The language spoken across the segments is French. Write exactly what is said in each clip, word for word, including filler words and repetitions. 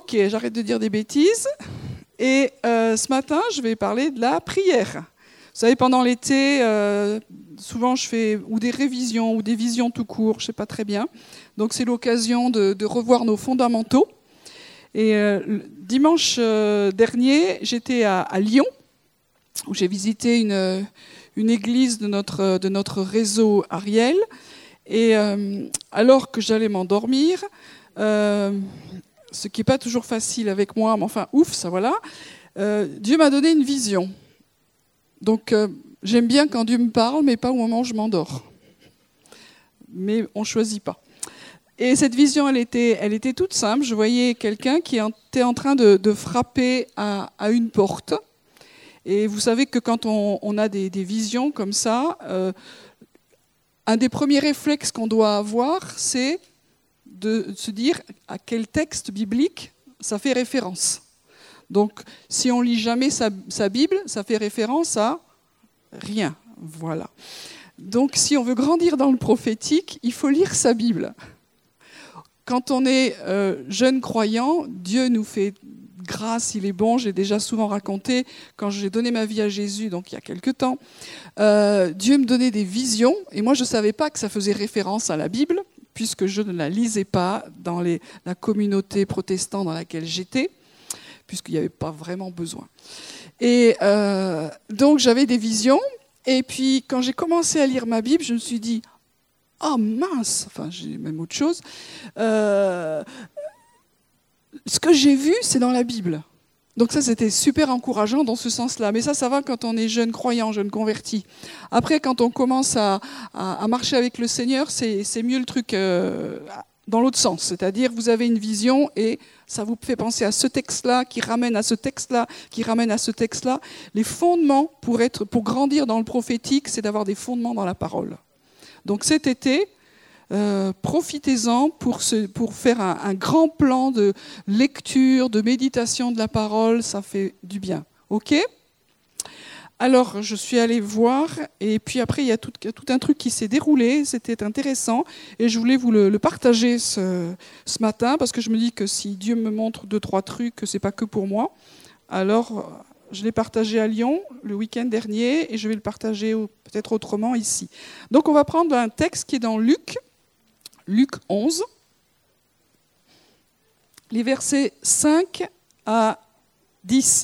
Ok, j'arrête de dire des bêtises. Et euh, ce matin, je vais parler de la prière. Vous savez, pendant l'été, euh, souvent je fais ou des révisions ou des visions tout court, je ne sais pas très bien. Donc c'est l'occasion de, de revoir nos fondamentaux. Et euh, dimanche euh, dernier, j'étais à, à Lyon, où j'ai visité une, une église de notre, de notre réseau Ariel. Et euh, alors que j'allais m'endormir, euh, ce qui n'est pas toujours facile avec moi, mais enfin, ouf, ça voilà, euh, Dieu m'a donné une vision. Donc, euh, j'aime bien quand Dieu me parle, mais pas au moment où je m'endors. Mais on ne choisit pas. Et cette vision, elle était, elle était toute simple. Je voyais quelqu'un qui était en train de, de frapper à, à une porte. Et vous savez que quand on, on a des, des visions comme ça, euh, un des premiers réflexes qu'on doit avoir, c'est de se dire à quel texte biblique ça fait référence. Donc, si on lit jamais sa, sa Bible, ça fait référence à rien. Voilà. Donc, si on veut grandir dans le prophétique, il faut lire sa Bible. Quand on est euh, jeune croyant, Dieu nous fait grâce, il est bon. J'ai déjà souvent raconté, quand j'ai donné ma vie à Jésus, donc il y a quelque temps, euh, Dieu me donnait des visions, et moi je ne savais pas que ça faisait référence à la Bible, puisque je ne la lisais pas dans les, la communauté protestante dans laquelle j'étais, puisqu'il n'y avait pas vraiment besoin. Et euh, donc j'avais des visions, et puis quand j'ai commencé à lire ma Bible, je me suis dit, oh mince, enfin j'ai même autre chose, euh, ce que j'ai vu, c'est dans la Bible. Donc ça, c'était super encourageant dans ce sens-là. Mais ça, ça va quand on est jeune croyant, jeune converti. Après, quand on commence à, à, à marcher avec le Seigneur, c'est, c'est mieux le truc euh, dans l'autre sens. C'est-à-dire, vous avez une vision et ça vous fait penser à ce texte-là, qui ramène à ce texte-là, qui ramène à ce texte-là. Les fondements pour, être, pour grandir dans le prophétique, c'est d'avoir des fondements dans la parole. Donc cet été, Euh, profitez-en pour, ce, pour faire un, un grand plan de lecture, de méditation de la parole, ça fait du bien. Ok ? Alors, je suis allée voir, et puis après, il y a tout, tout un truc qui s'est déroulé, c'était intéressant, et je voulais vous le, le partager ce, ce matin, parce que je me dis que si Dieu me montre deux, trois trucs, que ce n'est pas que pour moi, alors je l'ai partagé à Lyon le week-end dernier, et je vais le partager peut-être autrement ici. Donc, on va prendre un texte qui est dans Luc, Luc onze, les versets cinq à dix.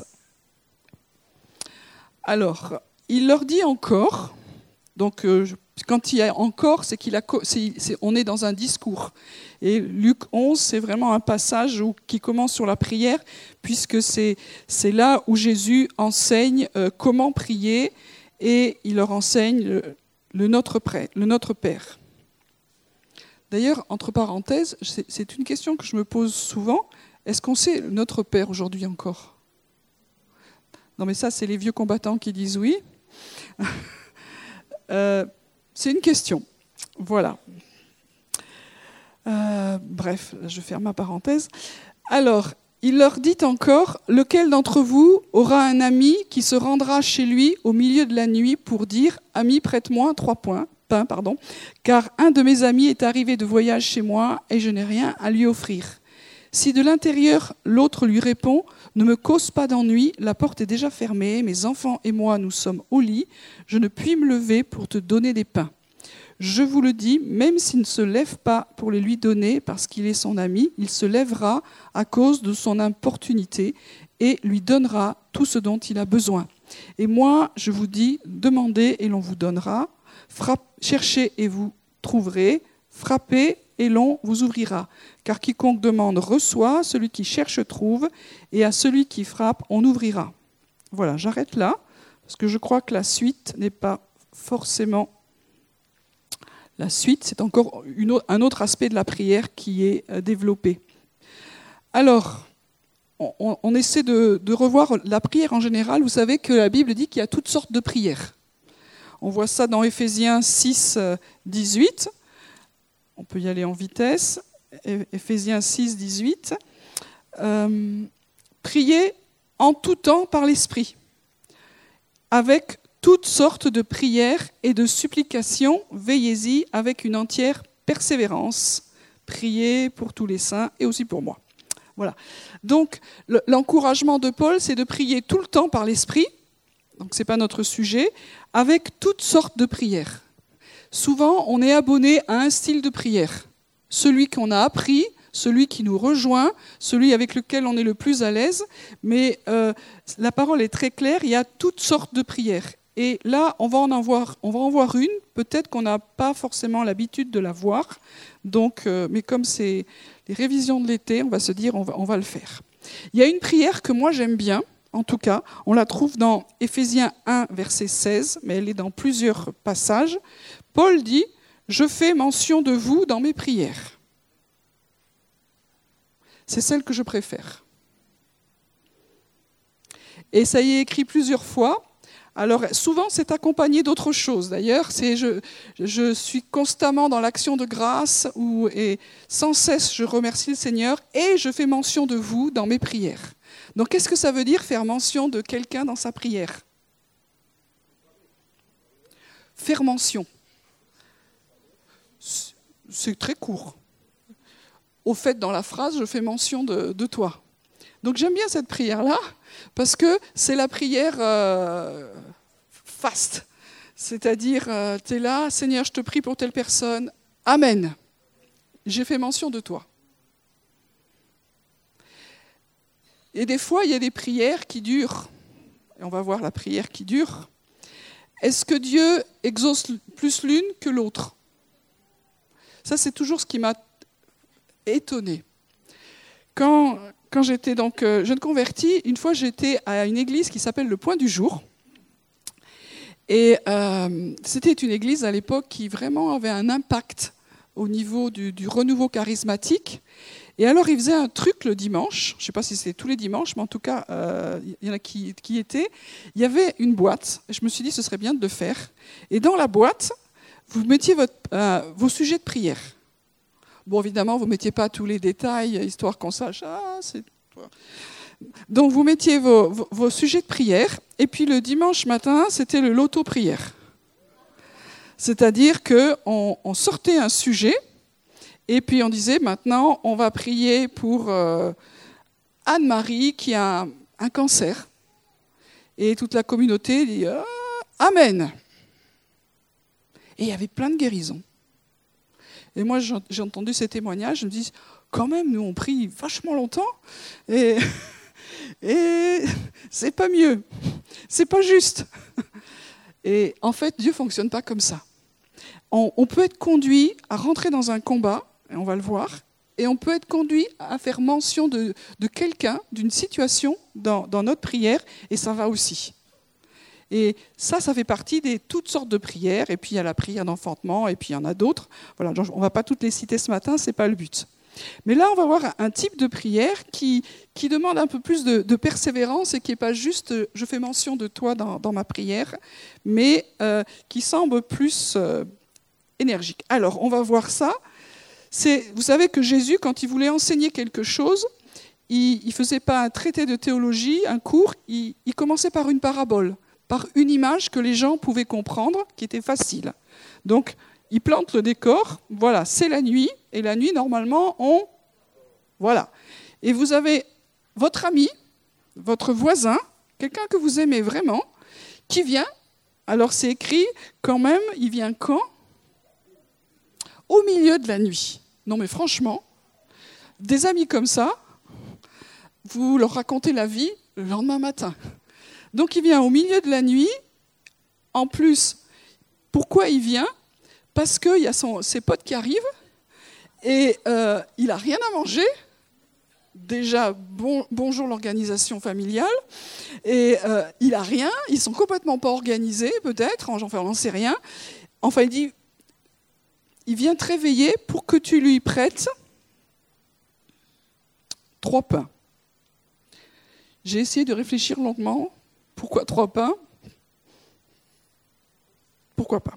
Alors, il leur dit encore, donc euh, quand il y a encore, c'est qu'il a, c'est, c'est, on est dans un discours. Et Luc onze, c'est vraiment un passage où, qui commence sur la prière, puisque c'est, c'est là où Jésus enseigne euh, comment prier, et il leur enseigne le, le, notre, prêtre, le Notre Père. D'ailleurs, entre parenthèses, c'est une question que je me pose souvent. Est-ce qu'on sait Notre Père aujourd'hui encore ? Non, mais ça, c'est les vieux combattants qui disent oui. euh, c'est une question. Voilà. Euh, bref, je ferme ma parenthèse. Alors, il leur dit encore, « Lequel d'entre vous aura un ami qui se rendra chez lui au milieu de la nuit pour dire, « Ami, prête-moi trois points. » Pain, pardon, car un de mes amis est arrivé de voyage chez moi et je n'ai rien à lui offrir. Si de l'intérieur l'autre lui répond, ne me cause pas d'ennui, la porte est déjà fermée, mes enfants et moi nous sommes au lit, je ne puis me lever pour te donner des pains. Je vous le dis, même s'il ne se lève pas pour les lui donner parce qu'il est son ami, il se lèvera à cause de son importunité et lui donnera tout ce dont il a besoin. Et moi, je vous dis, demandez et l'on vous donnera. Frappe, cherchez et vous trouverez, frappez et l'on vous ouvrira. Car quiconque demande reçoit, celui qui cherche trouve, et à celui qui frappe, on ouvrira. Voilà, j'arrête là, parce que je crois que la suite n'est pas forcément... La suite, c'est encore une autre, un autre aspect de la prière qui est développé. Alors, on, on essaie de, de revoir la prière en général. Vous savez que la Bible dit qu'il y a toutes sortes de prières. On voit ça dans Éphésiens six, dix-huit. On peut y aller en vitesse. Éphésiens six, dix-huit. Euh, priez en tout temps par l'Esprit, avec toutes sortes de prières et de supplications, veillez-y avec une entière persévérance. Priez pour tous les saints et aussi pour moi. Voilà. Donc, le, l'encouragement de Paul, c'est de prier tout le temps par l'Esprit, donc ce n'est pas notre sujet, avec toutes sortes de prières. Souvent, on est abonné à un style de prière. Celui qu'on a appris, celui qui nous rejoint, celui avec lequel on est le plus à l'aise. Mais euh, la parole est très claire, il y a toutes sortes de prières. Et là, on va en voir, on va en voir une, peut-être qu'on n'a pas forcément l'habitude de la voir. Donc, euh, mais comme c'est les révisions de l'été, on va se dire, on va, on va le faire. Il y a une prière que moi j'aime bien, en tout cas, on la trouve dans Éphésiens un, verset seize, mais elle est dans plusieurs passages. Paul dit « Je fais mention de vous dans mes prières ». C'est celle que je préfère. Et ça y est écrit plusieurs fois. Alors souvent c'est accompagné d'autres choses. D'ailleurs, c'est je, je suis constamment dans l'action de grâce où, et sans cesse je remercie le Seigneur et je fais mention de vous dans mes prières. Donc qu'est-ce que ça veut dire faire mention de quelqu'un dans sa prière ? Faire mention. C'est très court. Au fait, dans la phrase, je fais mention de, de toi. Donc j'aime bien cette prière-là, parce que c'est la prière euh, faste. C'est-à-dire, euh, tu es là, Seigneur, je te prie pour telle personne. Amen. J'ai fait mention de toi. Et des fois, il y a des prières qui durent. Et on va voir la prière qui dure. Est-ce que Dieu exauce plus l'une que l'autre ? Ça, c'est toujours ce qui m'a étonnée. Quand, quand j'étais donc euh, jeune convertie, une fois j'étais à une église qui s'appelle le Point du Jour. Et euh, c'était une église à l'époque qui vraiment avait un impact au niveau du, du renouveau charismatique. Et alors ils faisaient un truc le dimanche, je ne sais pas si c'est tous les dimanches, mais en tout cas, euh, il y en a qui, qui étaient. Il y avait une boîte, et je me suis dit ce serait bien de le faire. Et dans la boîte, vous mettiez votre, euh, vos sujets de prière. Bon, évidemment, vous ne mettiez pas tous les détails, histoire qu'on sache. Ah, c'est... Donc, vous mettiez vos, vos, vos sujets de prière. Et puis, le dimanche matin, c'était le loto-prière. C'est-à-dire qu'on on sortait un sujet, et puis on disait, maintenant, on va prier pour euh, Anne-Marie qui a un, un cancer. Et toute la communauté dit, ah, Amen. Et il y avait plein de guérisons. Et moi, j'ai entendu ces témoignages, je me dis, quand même, nous, on prie vachement longtemps, et, et c'est pas mieux, c'est pas juste. Et en fait, Dieu ne fonctionne pas comme ça. On, on peut être conduit à rentrer dans un combat, et on va le voir, et on peut être conduit à faire mention de, de quelqu'un, d'une situation dans, dans notre prière, et ça va aussi. Et ça, ça fait partie des toutes sortes de prières. Et puis, il y a la prière d'enfantement, et puis il y en a d'autres. Voilà, on ne va pas toutes les citer ce matin, ce n'est pas le but. Mais là, on va voir un type de prière qui, qui demande un peu plus de, de persévérance et qui n'est pas juste « je fais mention de toi dans, dans ma prière », mais euh, qui semble plus euh, énergique. Alors, on va voir ça. C'est, vous savez que Jésus, quand il voulait enseigner quelque chose, il ne faisait pas un traité de théologie, un cours, il, il commençait par une parabole, par une image que les gens pouvaient comprendre, qui était facile. Donc, il plante le décor, voilà, c'est la nuit, et la nuit, normalement, on... Voilà. Et vous avez votre ami, votre voisin, quelqu'un que vous aimez vraiment, qui vient, alors c'est écrit quand même, il vient quand ? Au milieu de la nuit. Non mais franchement, des amis comme ça, vous leur racontez la vie le lendemain matin. Donc il vient au milieu de la nuit. En plus, pourquoi il vient ? Parce qu'il y a son, ses potes qui arrivent et euh, il n'a rien à manger. Déjà, bon, bonjour l'organisation familiale. Et euh, il n'a rien, ils ne sont complètement pas organisés peut-être, enfin on n'en sait rien. Enfin il dit, il vient te réveiller pour que tu lui prêtes trois pains. J'ai essayé de réfléchir longuement. Pourquoi trois pains ? Pourquoi pas ?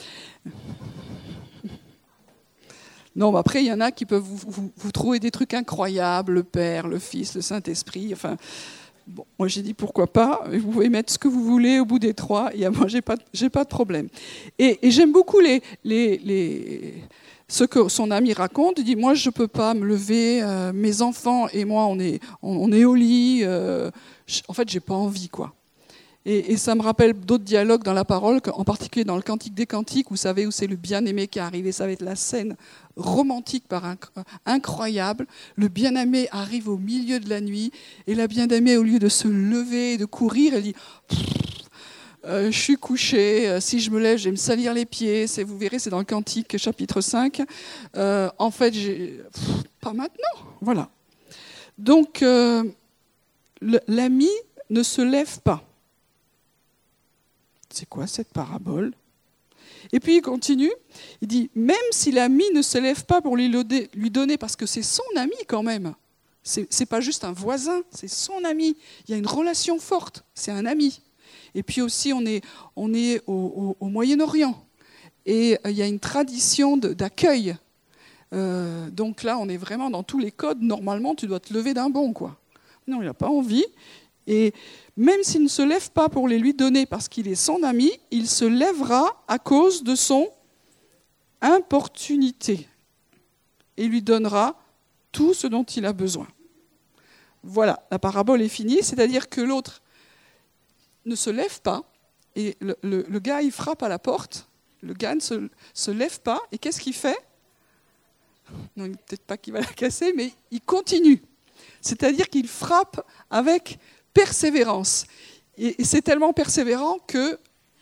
Non, mais après, il y en a qui peuvent vous, vous, vous trouver des trucs incroyables, le Père, le Fils, le Saint-Esprit. Enfin, bon, moi j'ai dit pourquoi pas. Vous pouvez mettre ce que vous voulez au bout des trois. Et moi, j'ai pas, j'ai pas de problème. Et, et j'aime beaucoup les, les, les, ce que son ami raconte, il dit « Moi, je ne peux pas me lever, euh, mes enfants et moi, on est, on, on est au lit, euh, en fait, je n'ai pas envie. » quoi. Et, et ça me rappelle d'autres dialogues dans la parole, en particulier dans le Cantique des Cantiques, vous savez, où c'est le bien-aimé qui est arrivé, ça va être la scène romantique par un, incroyable. Le bien-aimé arrive au milieu de la nuit, et la bien-aimée, au lieu de se lever et de courir, elle dit euh, « Je suis couchée, euh, si je me lève, je vais me salir les pieds. » Vous verrez, c'est dans le Cantique, chapitre cinq. Euh, en fait, j'ai... Pff, pas maintenant, voilà. Donc, euh, le, l'ami ne se lève pas. C'est quoi cette parabole? Et puis il continue, il dit, même si l'ami ne se lève pas pour lui donner, parce que c'est son ami quand même, c'est, c'est pas juste un voisin, c'est son ami, il y a une relation forte, c'est un ami. Et puis aussi on est, on est au, au, au Moyen-Orient, et il y a une tradition de, d'accueil. Euh, donc là on est vraiment dans tous les codes, normalement tu dois te lever d'un bond, quoi. Non, il n'a pas envie. Et même s'il ne se lève pas pour les lui donner parce qu'il est son ami, il se lèvera à cause de son importunité et lui donnera tout ce dont il a besoin. Voilà, la parabole est finie, c'est-à-dire que l'autre ne se lève pas et le, le, le gars il frappe à la porte, le gars ne se, se lève pas et qu'est-ce qu'il fait? Non, peut-être pas qu'il va la casser, mais il continue. C'est-à-dire qu'il frappe avec persévérance. Et c'est tellement persévérant que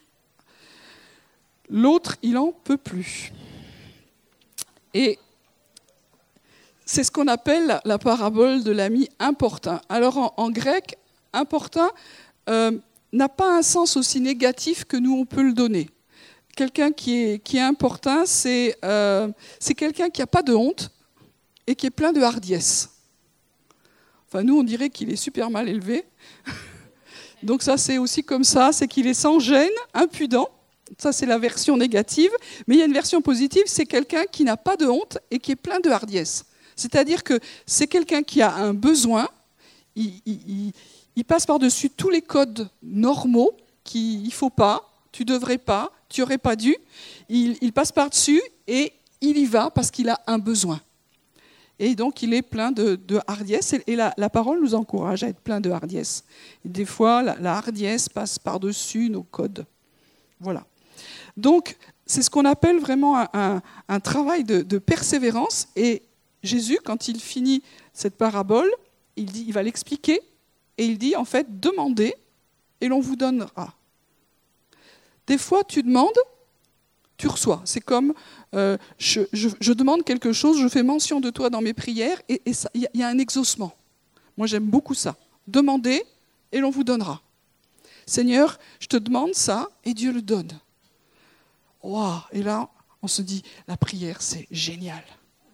l'autre, il n'en peut plus. Et c'est ce qu'on appelle la parabole de l'ami importun. Alors en, en grec, importun euh, n'a pas un sens aussi négatif que nous, on peut le donner. Quelqu'un qui est, qui est importun, c'est, euh, c'est quelqu'un qui n'a pas de honte et qui est plein de hardiesse. Enfin, nous, on dirait qu'il est super mal élevé. Donc ça, c'est aussi comme ça, c'est qu'il est sans gêne, impudent. Ça, c'est la version négative. Mais il y a une version positive, c'est quelqu'un qui n'a pas de honte et qui est plein de hardiesse. C'est-à-dire que c'est quelqu'un qui a un besoin, il, il, il passe par-dessus tous les codes normaux, qu'il ne faut pas, tu ne devrais pas, tu n'aurais pas dû. Il, il passe par-dessus et il y va parce qu'il a un besoin. Et donc, il est plein de, de hardiesse. Et la, la parole nous encourage à être plein de hardiesse. Et des fois, la, la hardiesse passe par-dessus nos codes. Voilà. Donc, c'est ce qu'on appelle vraiment un, un, un travail de, de persévérance. Et Jésus, quand il finit cette parabole, il, dit, il va l'expliquer. Et il dit, en fait, demandez et l'on vous donnera. Des fois, tu demandes, tu reçois. C'est comme, euh, je, je, je demande quelque chose, je fais mention de toi dans mes prières, et il y, y a un exaucement. Moi, j'aime beaucoup ça. Demandez, et l'on vous donnera. Seigneur, je te demande ça, et Dieu le donne. Wow. Et là, on se dit, la prière, c'est génial.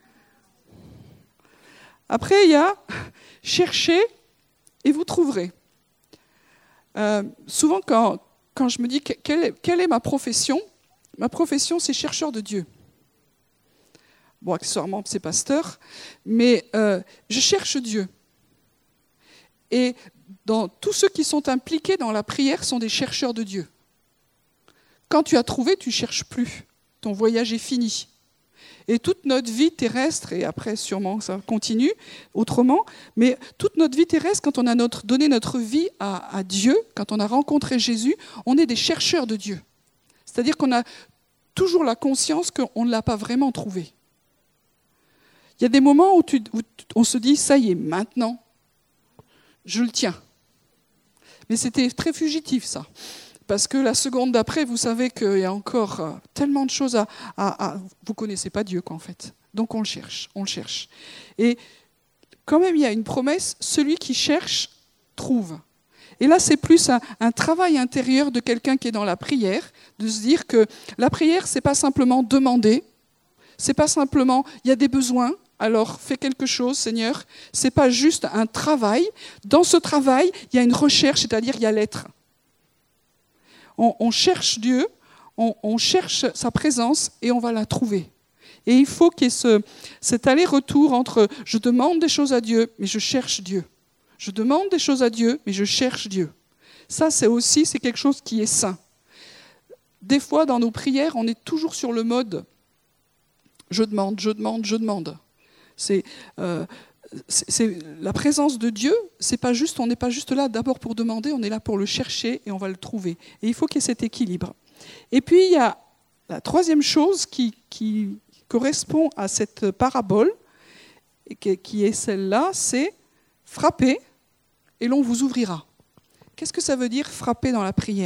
Après, il y a cherchez, et vous trouverez. Euh, souvent, quand, quand je me dis, quelle est, quelle est ma profession ? Ma profession, c'est chercheur de Dieu. Bon, accessoirement, c'est pasteur, mais euh, je cherche Dieu. Et dans, tous ceux qui sont impliqués dans la prière sont des chercheurs de Dieu. Quand tu as trouvé, tu ne cherches plus. Ton voyage est fini. Et toute notre vie terrestre, et après sûrement ça continue autrement, mais toute notre vie terrestre, quand on a notre, donné notre vie à, à Dieu, quand on a rencontré Jésus, on est des chercheurs de Dieu. C'est-à-dire qu'on a toujours la conscience qu'on ne l'a pas vraiment trouvé. Il y a des moments où, tu, où on se dit, ça y est, maintenant, je le tiens. Mais c'était très fugitif, ça. Parce que la seconde d'après, vous savez qu'il y a encore tellement de choses à... à, à vous ne connaissez pas Dieu, quoi, en fait. Donc on le cherche, on le cherche. Et quand même, il y a une promesse, celui qui cherche, trouve. Et là, c'est plus un, un travail intérieur de quelqu'un qui est dans la prière, de se dire que la prière, ce n'est pas simplement demander, ce n'est pas simplement, il y a des besoins, alors fais quelque chose, Seigneur. Ce n'est pas juste un travail. Dans ce travail, il y a une recherche, c'est-à-dire il y a l'être. On, on cherche Dieu, on, on cherche sa présence et on va la trouver. Et il faut qu'il y ait ce, cet aller-retour entre je demande des choses à Dieu, mais je cherche Dieu. Je demande des choses à Dieu, mais je cherche Dieu. Ça, c'est aussi c'est quelque chose qui est sain. Des fois, dans nos prières, on est toujours sur le mode Je demande, je demande, je demande. C'est, euh, c'est, c'est la présence de Dieu. C'est pas juste, on n'est pas juste là d'abord pour demander, on est là pour le chercher et on va le trouver. Et il faut qu'il y ait cet équilibre. Et puis il y a la troisième chose qui, qui correspond à cette parabole, et qui est celle-là, c'est frapper et l'on vous ouvrira. Qu'est-ce que ça veut dire frapper dans la prière ?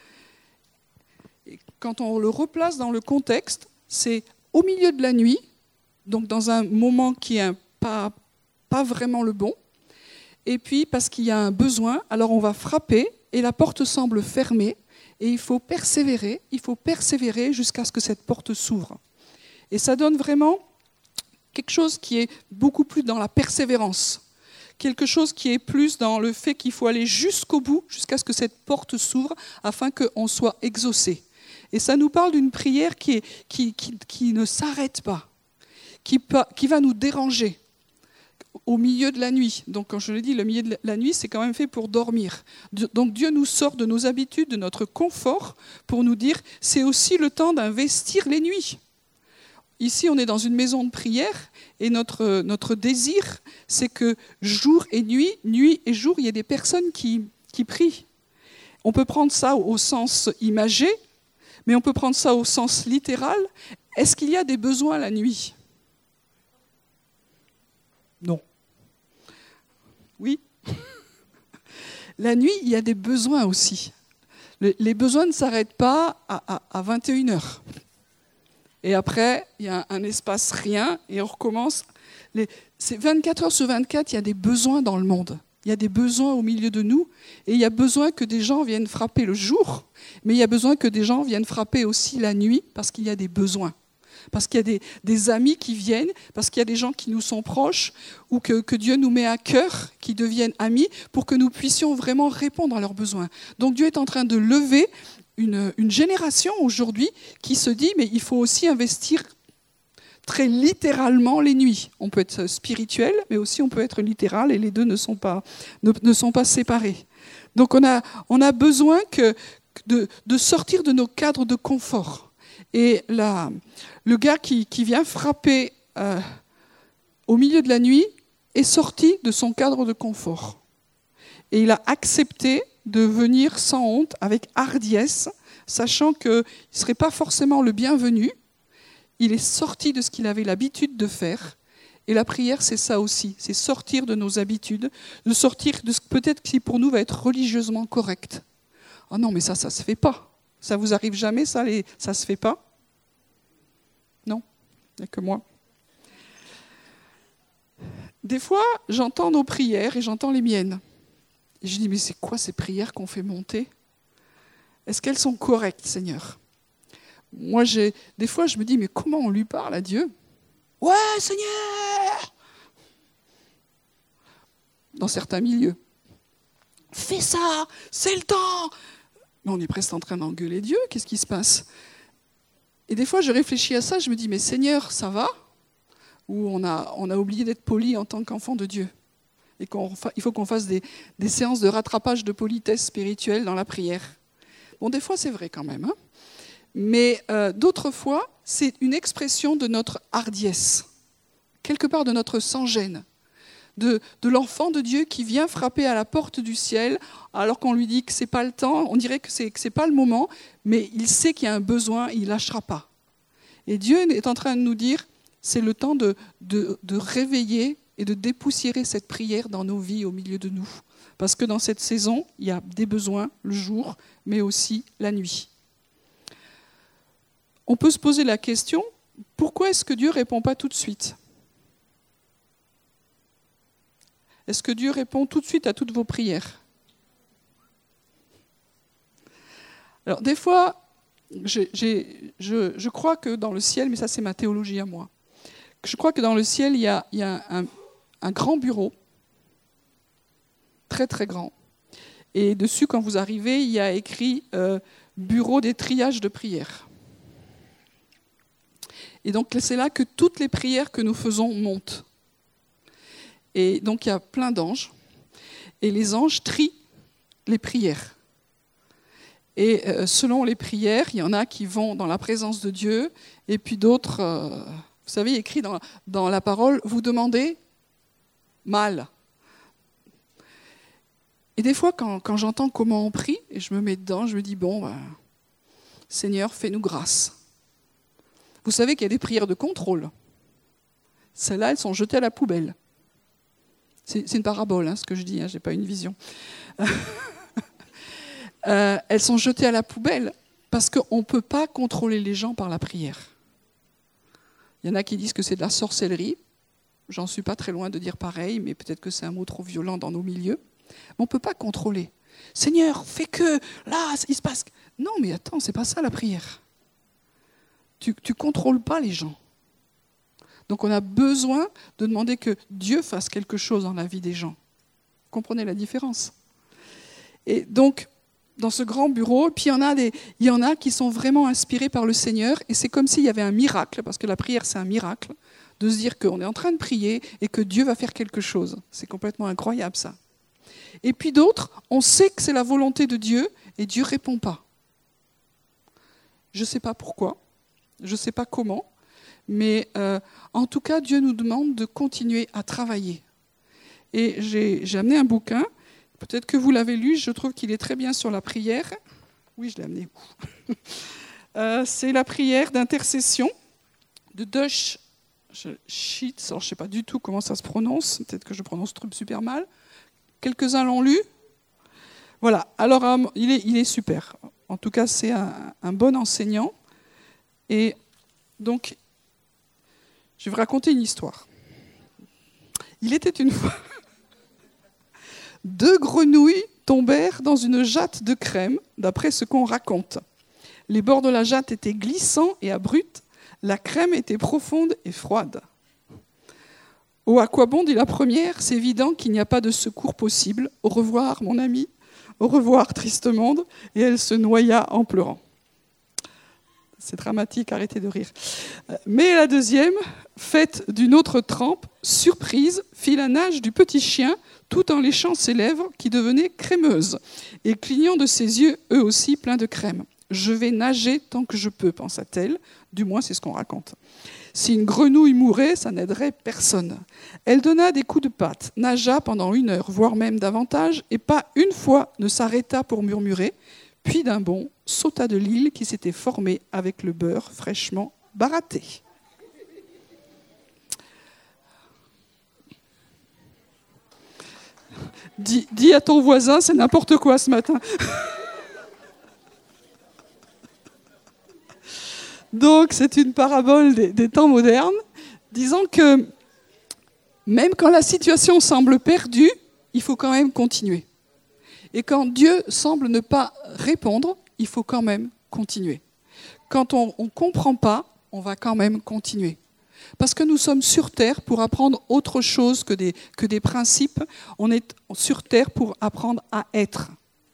Et quand on le replace dans le contexte, c'est au milieu de la nuit, donc dans un moment qui n'est pas, pas vraiment le bon, et puis parce qu'il y a un besoin, alors on va frapper et la porte semble fermée, et il faut persévérer, il faut persévérer jusqu'à ce que cette porte s'ouvre. Et ça donne vraiment quelque chose qui est beaucoup plus dans la persévérance, quelque chose qui est plus dans le fait qu'il faut aller jusqu'au bout, jusqu'à ce que cette porte s'ouvre, afin qu'on soit exaucé. Et ça nous parle d'une prière qui, est, qui, qui, qui ne s'arrête pas, qui, qui va nous déranger au milieu de la nuit. Donc, quand je le dis, le milieu de la nuit, c'est quand même fait pour dormir. Donc, Dieu nous sort de nos habitudes, de notre confort, pour nous dire, c'est aussi le temps d'investir les nuits. Ici, on est dans une maison de prière, et notre, notre désir, c'est que jour et nuit, nuit et jour, il y ait des personnes qui, qui prient. On peut prendre ça au sens imagé, mais on peut prendre ça au sens littéral. Est-ce qu'il y a des besoins la nuit ? Non. Oui. La nuit, il y a des besoins aussi. Les besoins ne s'arrêtent pas à, à, à vingt et une heures. Et après, il y a un espace rien et on recommence. Les, c'est vingt-quatre heures sur vingt-quatre, il y a des besoins dans le monde. Il y a des besoins au milieu de nous et il y a besoin que des gens viennent frapper le jour, mais il y a besoin que des gens viennent frapper aussi la nuit parce qu'il y a des besoins. Parce qu'il y a des, des amis qui viennent, parce qu'il y a des gens qui nous sont proches ou que, que Dieu nous met à cœur, qui deviennent amis, pour que nous puissions vraiment répondre à leurs besoins. Donc Dieu est en train de lever une, une génération aujourd'hui qui se dit mais il faut aussi investir très littéralement les nuits. On peut être spirituel, mais aussi on peut être littéral, et les deux ne sont pas, ne, ne sont pas séparés. Donc on a, on a besoin que, de, de sortir de nos cadres de confort. Et la, le gars qui, qui vient frapper euh, au milieu de la nuit est sorti de son cadre de confort. Et il a accepté de venir sans honte, avec hardiesse, sachant qu'il ne serait pas forcément le bienvenu. Il est sorti de ce qu'il avait l'habitude de faire. Et la prière, c'est ça aussi, c'est sortir de nos habitudes, de sortir de ce que peut-être qui pour nous va être religieusement correct. Ah non, mais ça, ça ne se fait pas. Ça vous arrive jamais, ça les... ça se fait pas? Non, il n'y a que moi. Des fois, j'entends nos prières et j'entends les miennes. Et je dis, mais c'est quoi ces prières qu'on fait monter? Est-ce qu'elles sont correctes, Seigneur? Moi, j'ai... des fois, je me dis, mais comment on lui parle à Dieu? Ouais, Seigneur! Dans certains milieux. Fais ça, c'est le temps! Mais on est presque en train d'engueuler Dieu, qu'est-ce qui se passe? Et des fois, je réfléchis à ça, je me dis, mais Seigneur, ça va? Ou on a, on a oublié d'être poli en tant qu'enfant de Dieu? Et qu'il faut qu'on fasse des, des séances de rattrapage de politesse spirituelle dans la prière. Bon, des fois, c'est vrai quand même. Hein, mais euh, d'autres fois, c'est une expression de notre hardiesse, quelque part de notre sans-gêne, de, de l'enfant de Dieu qui vient frapper à la porte du ciel, alors qu'on lui dit que ce n'est pas le temps, on dirait que ce n'est pas le moment, mais il sait qu'il y a un besoin, il ne lâchera pas. Et Dieu est en train de nous dire, c'est le temps de, de, de réveiller et de dépoussiérer cette prière dans nos vies au milieu de nous. Parce que dans cette saison, il y a des besoins le jour, mais aussi la nuit. On peut se poser la question, pourquoi est-ce que Dieu ne répond pas tout de suite? Est-ce que Dieu répond tout de suite à toutes vos prières? Alors des fois, j'ai, j'ai, je, je crois que dans le ciel, mais ça c'est ma théologie à moi, je crois que dans le ciel, il y a, il y a un, un grand bureau, très très grand, et dessus, quand vous arrivez, il y a écrit euh, « Bureau des triages de prières ». Et donc c'est là que toutes les prières que nous faisons montent. Et donc il y a plein d'anges, et les anges trient les prières. Et euh, selon les prières, il y en a qui vont dans la présence de Dieu, et puis d'autres, euh, vous savez, écrit dans, dans la parole, vous demandez mal. Et des fois, quand, quand j'entends comment on prie, et je me mets dedans, je me dis, bon, ben, Seigneur, fais-nous grâce. Vous savez qu'il y a des prières de contrôle. Celles-là, elles sont jetées à la poubelle. C'est, c'est une parabole, hein, ce que je dis, hein, je n'ai pas une vision. euh, elles sont jetées à la poubelle parce qu'on ne peut pas contrôler les gens par la prière. Il y en a qui disent que c'est de la sorcellerie. J'en suis pas très loin de dire pareil, mais peut-être que c'est un mot trop violent dans nos milieux. Mais on ne peut pas contrôler. Seigneur, fais que, là, il se passe... Non, mais attends, c'est pas ça la prière. Tu ne contrôles pas les gens. Donc on a besoin de demander que Dieu fasse quelque chose dans la vie des gens. Vous comprenez la différence? Et donc, dans ce grand bureau, puis il y en a des, il y en a qui sont vraiment inspirés par le Seigneur, et c'est comme s'il y avait un miracle, parce que la prière c'est un miracle, de se dire qu'on est en train de prier et que Dieu va faire quelque chose. C'est complètement incroyable ça. Et puis d'autres, on sait que c'est la volonté de Dieu, et Dieu ne répond pas. Je ne sais pas pourquoi, je ne sais pas comment, mais euh, en tout cas, Dieu nous demande de continuer à travailler. Et j'ai, j'ai amené un bouquin, peut-être que vous l'avez lu, je trouve qu'il est très bien sur la prière. Oui, je l'ai amené. euh, c'est la prière d'intercession de Dush Sheets. Alors, je ne sais pas du tout comment ça se prononce, peut-être que je prononce super mal. Quelques-uns l'ont lu. Voilà, alors um, il, est, il est super. En tout cas, c'est un, un bon enseignant. Et donc, je vais vous raconter une histoire. Il était une fois... Deux grenouilles tombèrent dans une jatte de crème, d'après ce qu'on raconte. Les bords de la jatte étaient glissants et abrupts. La crème était profonde et froide. Oh, à quoi bon, dit la première, c'est évident qu'il n'y a pas de secours possible. Au revoir, mon ami. Au revoir, triste monde. Et elle se noya en pleurant. C'est dramatique, arrêtez de rire. Mais la deuxième, faite d'une autre trempe, surprise, fit la nage du petit chien, tout en léchant ses lèvres qui devenaient crémeuses, et clignant de ses yeux, eux aussi pleins de crème. « Je vais nager tant que je peux », pensa-t-elle, du moins c'est ce qu'on raconte. Si une grenouille mourait, ça n'aiderait personne. Elle donna des coups de patte, nagea pendant une heure, voire même davantage, et pas une fois ne s'arrêta pour murmurer, puis d'un bond, sauta de l'île qui s'était formée avec le beurre fraîchement baratté. Dis, dis à ton voisin, c'est n'importe quoi ce matin. Donc, c'est une parabole des, des temps modernes, disant que même quand la situation semble perdue, il faut quand même continuer. Et quand Dieu semble ne pas répondre, il faut quand même continuer. Quand on ne comprend pas, on va quand même continuer. Parce que nous sommes sur Terre pour apprendre autre chose que des, que des principes. On est sur Terre pour apprendre à être.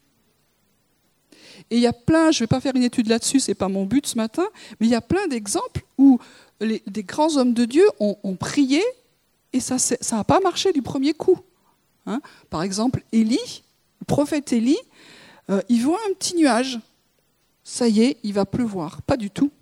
Et il y a plein, je ne vais pas faire une étude là-dessus, ce n'est pas mon but ce matin, mais il y a plein d'exemples où les, des grands hommes de Dieu ont, ont prié et ça n'a pas marché du premier coup. Hein? Par exemple, Élie, le prophète Élie, euh, il voit un petit nuage. Ça y est, il va pleuvoir. Pas du tout.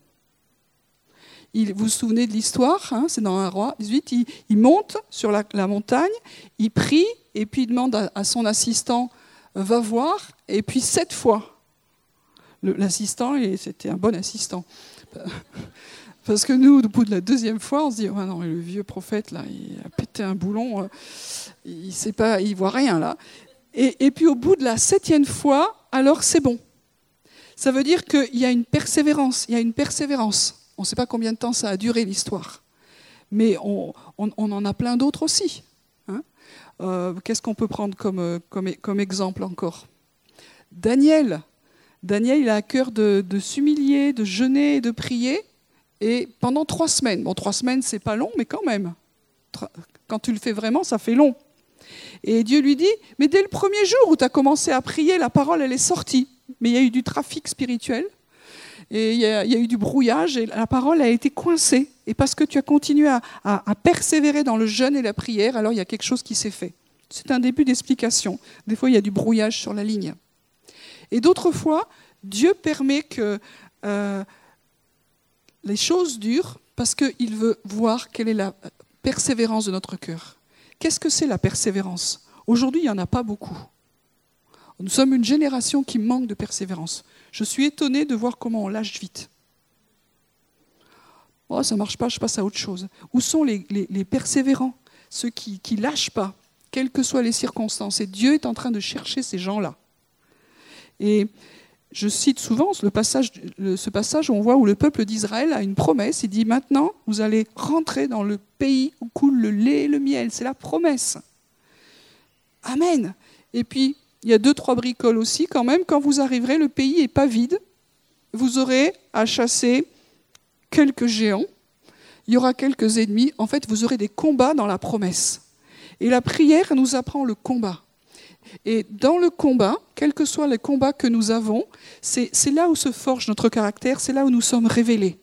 Il, vous vous souvenez de l'histoire, hein, c'est dans un roi dix-huit, il, il monte sur la, la montagne, il prie, et puis il demande à, à son assistant, euh, va voir, et puis sept fois. Le, l'assistant, et c'était un bon assistant. Parce que nous, au bout de la deuxième fois, on se dit, oh non, le vieux prophète, là, il a pété un boulon, euh, il sait pas, il voit rien, là. Et, et puis au bout de la septième fois, alors c'est bon. Ça veut dire qu'il y a une persévérance, il y a une persévérance. On ne sait pas combien de temps ça a duré l'histoire, mais on, on, on en a plein d'autres aussi. Hein. Euh, qu'est-ce qu'on peut prendre comme, comme, comme exemple encore ? Daniel. Daniel, il a à cœur de, de s'humilier, de jeûner et de prier, et pendant trois semaines. Bon, trois semaines, c'est pas long, mais quand même. Quand tu le fais vraiment, ça fait long. Et Dieu lui dit, mais dès le premier jour où tu as commencé à prier, la parole, elle est sortie. Mais il y a eu du trafic spirituel. Et il y, a, il y a eu du brouillage et la parole a été coincée. Et parce que tu as continué à, à, à persévérer dans le jeûne et la prière, alors il y a quelque chose qui s'est fait. C'est un début d'explication. Des fois, il y a du brouillage sur la ligne. Et d'autres fois, Dieu permet que euh, les choses durent parce qu'il veut voir quelle est la persévérance de notre cœur. Qu'est-ce que c'est la persévérance ? Aujourd'hui, il n'y en a pas beaucoup. Nous sommes une génération qui manque de persévérance. Je suis étonnée de voir comment on lâche vite. Oh, ça ne marche pas, je passe à autre chose. Où sont les, les, les persévérants ? Ceux qui ne lâchent pas, quelles que soient les circonstances. Et Dieu est en train de chercher ces gens-là. Et je cite souvent le passage, le, ce passage où on voit où le peuple d'Israël a une promesse. Il dit, maintenant, vous allez rentrer dans le pays où coule le lait et le miel. C'est la promesse. Amen. Et puis, il y a deux, trois bricoles aussi quand même. Quand vous arriverez, le pays n'est pas vide. Vous aurez à chasser quelques géants. Il y aura quelques ennemis. En fait, vous aurez des combats dans la promesse. Et la prière nous apprend le combat. Et dans le combat, quels que soient les combats que nous avons, c'est, c'est là où se forge notre caractère, c'est là où nous sommes révélés.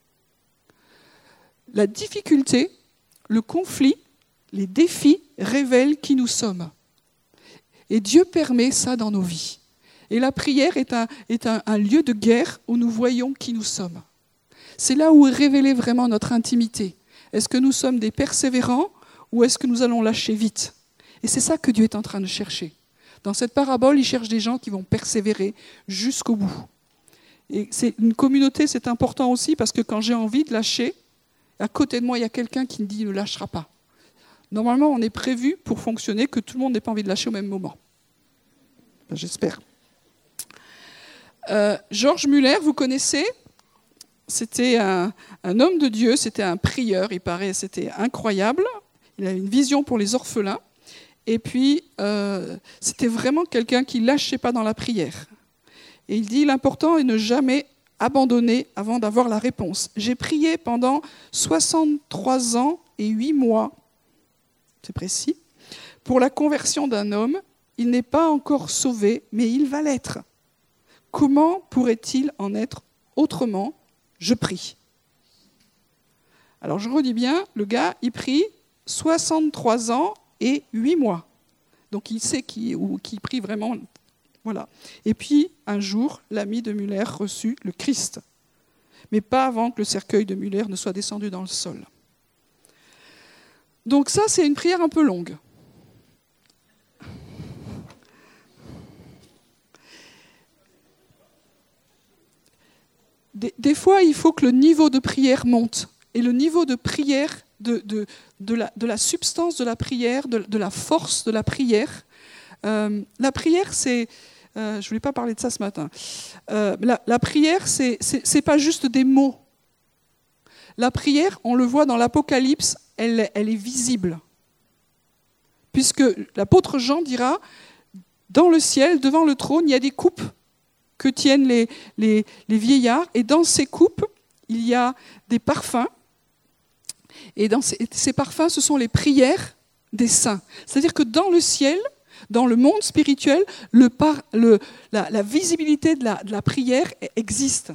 La difficulté, le conflit, les défis révèlent qui nous sommes. Et Dieu permet ça dans nos vies. Et la prière est un, est un, un lieu de guerre où nous voyons qui nous sommes. C'est là où est révélée vraiment notre intimité. Est-ce que nous sommes des persévérants ou est-ce que nous allons lâcher vite ? Et c'est ça que Dieu est en train de chercher. Dans cette parabole, il cherche des gens qui vont persévérer jusqu'au bout. Et c'est une communauté, c'est important aussi parce que quand j'ai envie de lâcher, à côté de moi, il y a quelqu'un qui me dit « ne lâchera pas ». Normalement, on est prévu pour fonctionner que tout le monde n'ait pas envie de lâcher au même moment. Ben, j'espère. Euh, George Muller, vous connaissez ? C'était un, un homme de Dieu, c'était un prieur, il paraît, c'était incroyable. Il avait une vision pour les orphelins. Et puis, euh, c'était vraiment quelqu'un qui ne lâchait pas dans la prière. Et il dit, l'important est de ne jamais abandonner avant d'avoir la réponse. J'ai prié pendant soixante-trois ans et huit mois, c'est précis, pour la conversion d'un homme. Il n'est pas encore sauvé, mais il va l'être. Comment pourrait-il en être autrement ? Je prie. Alors je redis bien, le gars, il prie soixante-trois ans et huit mois. Donc il sait qu'il, ou, qu'il prie vraiment. Voilà. Et puis, un jour, l'ami de Muller reçut le Christ. Mais pas avant que le cercueil de Muller ne soit descendu dans le sol. Donc ça, c'est une prière un peu longue. Des, des fois, il faut que le niveau de prière monte. Et le niveau de prière, de, de, de, la, de la substance de la prière, de, de la force de la prière. Euh, la prière, c'est... Euh, je ne voulais pas parler de ça ce matin. Euh, la, la prière, c'est, c'est, c'est pas juste des mots. La prière, on le voit dans l'Apocalypse, elle, elle est visible. Puisque l'apôtre Jean dira, dans le ciel, devant le trône, il y a des coupes que tiennent les, les, les vieillards. Et dans ces coupes, il y a des parfums. Et dans ces, ces parfums, ce sont les prières des saints. C'est-à-dire que dans le ciel, dans le monde spirituel, le par, le, la, la visibilité de la, de la prière existe.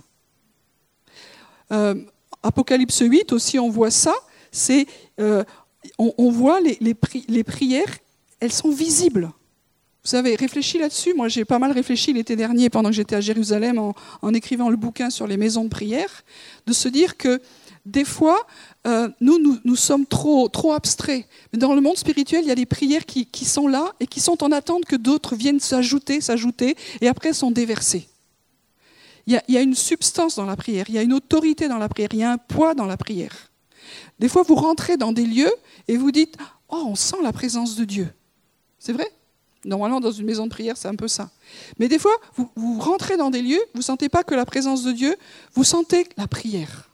Euh, Apocalypse huit aussi, on voit ça. C'est, euh, on, on voit les, les, pri, les prières, elles sont visibles. Vous avez réfléchi là-dessus ? Moi, j'ai pas mal réfléchi l'été dernier, pendant que j'étais à Jérusalem, en, en écrivant le bouquin sur les maisons de prière, de se dire que des fois, euh, nous, nous, nous sommes trop, trop abstraits. Mais dans le monde spirituel, il y a des prières qui, qui sont là et qui sont en attente que d'autres viennent s'ajouter, s'ajouter, et après sont déversées. Il y a, il y a une substance dans la prière, il y a une autorité dans la prière, il y a un poids dans la prière. Des fois, vous rentrez dans des lieux et vous dites « Oh, on sent la présence de Dieu ». C'est vrai ? Normalement, dans une maison de prière, c'est un peu ça. Mais des fois, vous, vous rentrez dans des lieux, vous ne sentez pas que la présence de Dieu, vous sentez la prière.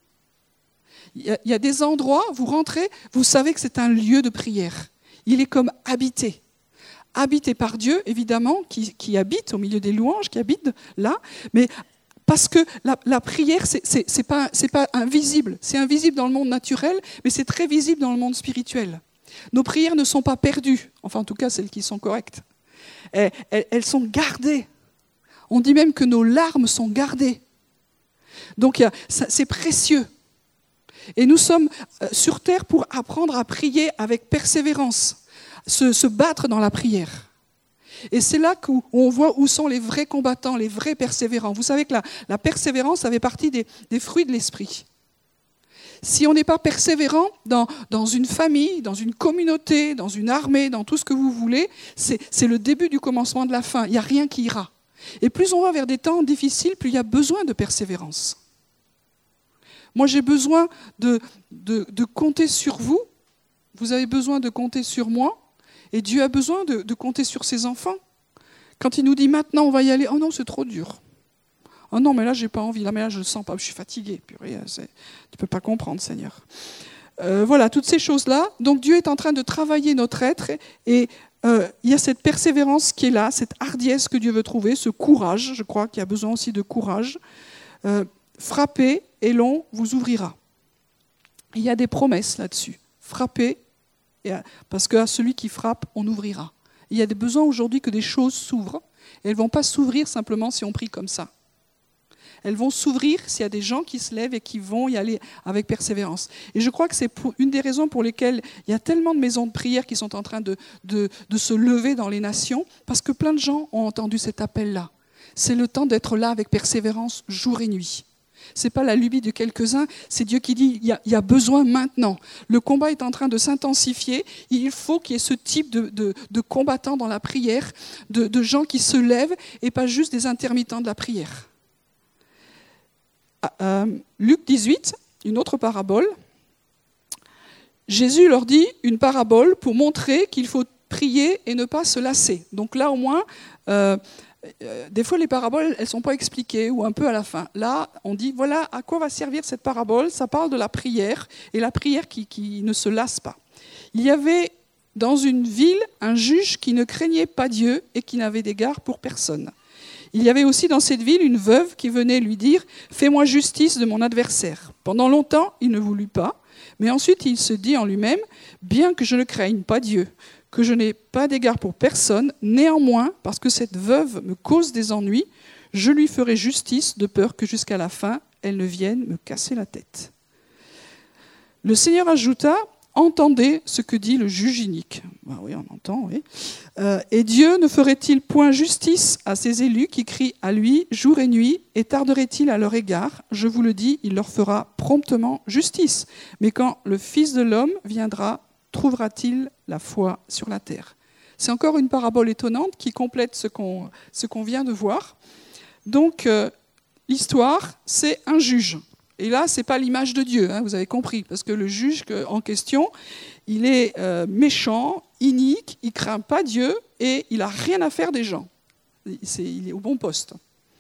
Il y a, il y a des endroits, vous rentrez, vous savez que c'est un lieu de prière. Il est comme habité. Habité par Dieu, évidemment, qui, qui habite au milieu des louanges, qui habite là, mais parce que la, la prière, c'est, c'est, c'est pas, c'est pas invisible. C'est invisible dans le monde naturel, mais c'est très visible dans le monde spirituel. Nos prières ne sont pas perdues, enfin en tout cas celles qui sont correctes. Elles, elles, elles sont gardées. On dit même que nos larmes sont gardées. Donc c'est précieux. Et nous sommes sur terre pour apprendre à prier avec persévérance, se, se battre dans la prière. Et c'est là où on voit où sont les vrais combattants, les vrais persévérants. Vous savez que la, la persévérance, ça fait partie des, des fruits de l'esprit. Si on n'est pas persévérant dans, dans une famille, dans une communauté, dans une armée, dans tout ce que vous voulez, c'est, c'est le début du commencement de la fin. Il n'y a rien qui ira. Et plus on va vers des temps difficiles, plus il y a besoin de persévérance. Moi, j'ai besoin de, de, de compter sur vous. Vous avez besoin de compter sur moi. Et Dieu a besoin de, de compter sur ses enfants. Quand il nous dit maintenant on va y aller, oh non, c'est trop dur. Oh non, mais là, j'ai pas envie. Là, mais là, je ne sens pas. Je suis fatigué. Purée, c'est... tu ne peux pas comprendre, Seigneur. Euh, voilà, toutes ces choses-là. Donc, Dieu est en train de travailler notre être. Et euh, il y a cette persévérance qui est là, cette hardiesse que Dieu veut trouver, ce courage. Je crois qu'il y a besoin aussi de courage. Euh, frappez et l'on vous ouvrira. Il y a des promesses là-dessus. Frappez, parce qu'à celui qui frappe, on ouvrira. Il y a des besoins aujourd'hui que des choses s'ouvrent. Et elles ne vont pas s'ouvrir simplement si on prie comme ça. Elles vont s'ouvrir s'il y a des gens qui se lèvent et qui vont y aller avec persévérance. Et je crois que c'est pour une des raisons pour lesquelles il y a tellement de maisons de prière qui sont en train de, de, de se lever dans les nations, parce que plein de gens ont entendu cet appel-là. C'est le temps d'être là avec persévérance jour et nuit. Ce n'est pas la lubie de quelques-uns, c'est Dieu qui dit il y a, il y a besoin maintenant. Le combat est en train de s'intensifier. Il faut qu'il y ait ce type de, de, de combattants dans la prière, de, de gens qui se lèvent et pas juste des intermittents de la prière. Euh, Luc dix-huit, une autre parabole. Jésus leur dit une parabole pour montrer qu'il faut prier et ne pas se lasser. Donc là au moins, euh, euh, des fois les paraboles elles ne sont pas expliquées ou un peu à la fin. Là on dit voilà à quoi va servir cette parabole. Ça parle de la prière et la prière qui, qui ne se lasse pas. Il y avait dans une ville un juge qui ne craignait pas Dieu et qui n'avait d'égard pour personne. Il y avait aussi dans cette ville une veuve qui venait lui dire « Fais-moi justice de mon adversaire ». Pendant longtemps, il ne voulut pas, mais ensuite il se dit en lui-même « Bien que je ne craigne pas Dieu, que je n'ai pas d'égard pour personne, néanmoins, parce que cette veuve me cause des ennuis, je lui ferai justice de peur que jusqu'à la fin, elle ne vienne me casser la tête. » Le Seigneur ajouta « Entendez ce que dit le juge inique. » Ben oui, on entend, oui. Euh, « Et Dieu ne ferait-il point justice à ses élus qui crient à lui jour et nuit, et tarderait-il à leur égard? Je vous le dis, il leur fera promptement justice. Mais quand le Fils de l'homme viendra, trouvera-t-il la foi sur la terre ?» C'est encore une parabole étonnante qui complète ce qu'on, ce qu'on vient de voir. Donc, euh, l'histoire, c'est un juge. Et là, ce n'est pas l'image de Dieu, hein, vous avez compris, parce que le juge en question, il est euh, méchant, inique, il ne craint pas Dieu et il n'a rien à faire des gens. C'est, il est au bon poste.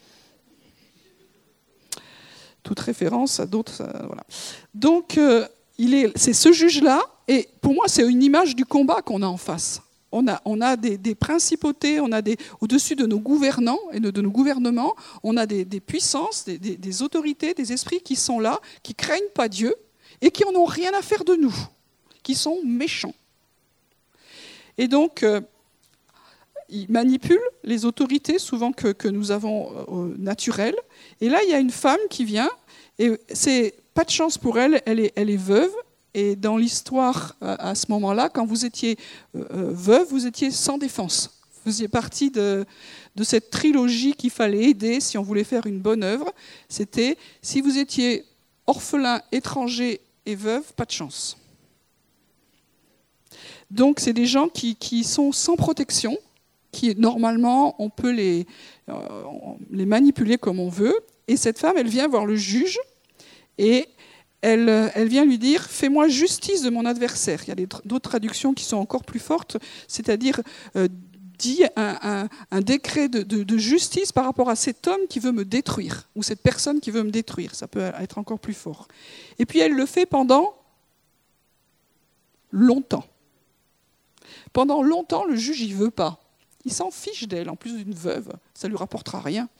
Toute référence à d'autres, ça, voilà. Donc, euh, il est, c'est ce juge-là, et pour moi, c'est une image du combat qu'on a en face. On a, on a des, des principautés, on a des, au-dessus de nos gouvernants et de, de nos gouvernements, on a des, des puissances, des, des, des autorités, des esprits qui sont là, qui ne craignent pas Dieu et qui n'en ont rien à faire de nous, qui sont méchants. Et donc, euh, ils manipulent les autorités, souvent que, que nous avons euh, naturelles. Et là, il y a une femme qui vient, et c'est pas de chance pour elle, elle est, elle est veuve. Et dans l'histoire, à ce moment-là, quand vous étiez veuve, vous étiez sans défense. Vous faisiez partie de, de cette trilogie qu'il fallait aider si on voulait faire une bonne œuvre. C'était, si vous étiez orphelin, étranger et veuve, pas de chance. Donc, c'est des gens qui, qui sont sans protection, qui, normalement, on peut les, euh, les manipuler comme on veut. Et cette femme, elle vient voir le juge et Elle, elle vient lui dire « Fais-moi justice de mon adversaire ». Il y a d'autres traductions qui sont encore plus fortes, c'est-à-dire euh, dis un, un, un décret de, de, de justice par rapport à cet homme qui veut me détruire, ou cette personne qui veut me détruire. Ça peut être encore plus fort. Et puis elle le fait pendant longtemps. Pendant longtemps, le juge n'y veut pas. Il s'en fiche d'elle, en plus d'une veuve. Ça ne lui rapportera rien.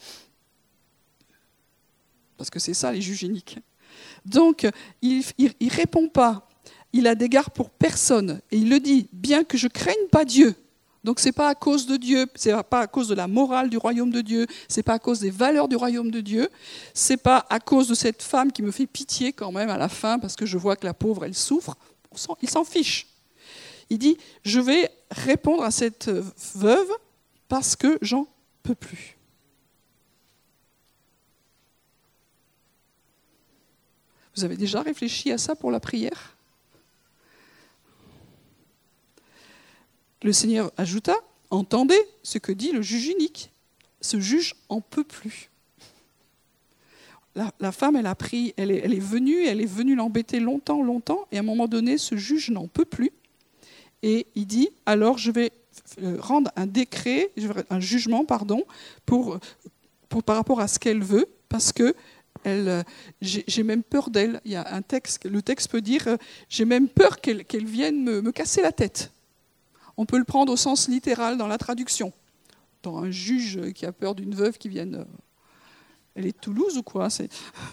Parce que c'est ça, les juges iniques. Donc, il ne répond pas. Il a d'égard pour personne. Et il le dit, bien que je ne craigne pas Dieu. Donc, ce n'est pas à cause de Dieu, ce n'est pas à cause de la morale du royaume de Dieu, ce n'est pas à cause des valeurs du royaume de Dieu, ce n'est pas à cause de cette femme qui me fait pitié quand même à la fin, parce que je vois que la pauvre, elle souffre. Il s'en fiche. Il dit, je vais répondre à cette veuve parce que j'en peux plus. Vous avez déjà réfléchi à ça pour la prière ? Le Seigneur ajouta, « Entendez ce que dit le juge unique. Ce juge en peut plus. » La, la femme, elle a pris, elle est, elle est venue, elle est venue l'embêter longtemps, longtemps, et à un moment donné, ce juge n'en peut plus. Et il dit, alors je vais rendre un décret, un jugement, pardon, pour, pour, par rapport à ce qu'elle veut, parce que elle, j'ai, j'ai même peur d'elle. Il y a un texte, le texte peut dire, j'ai même peur qu'elle, qu'elle vienne me, me casser la tête. On peut le prendre au sens littéral dans la traduction. Dans un juge qui a peur d'une veuve qui vienne... Elle est de Toulouse ou quoi ? C'est...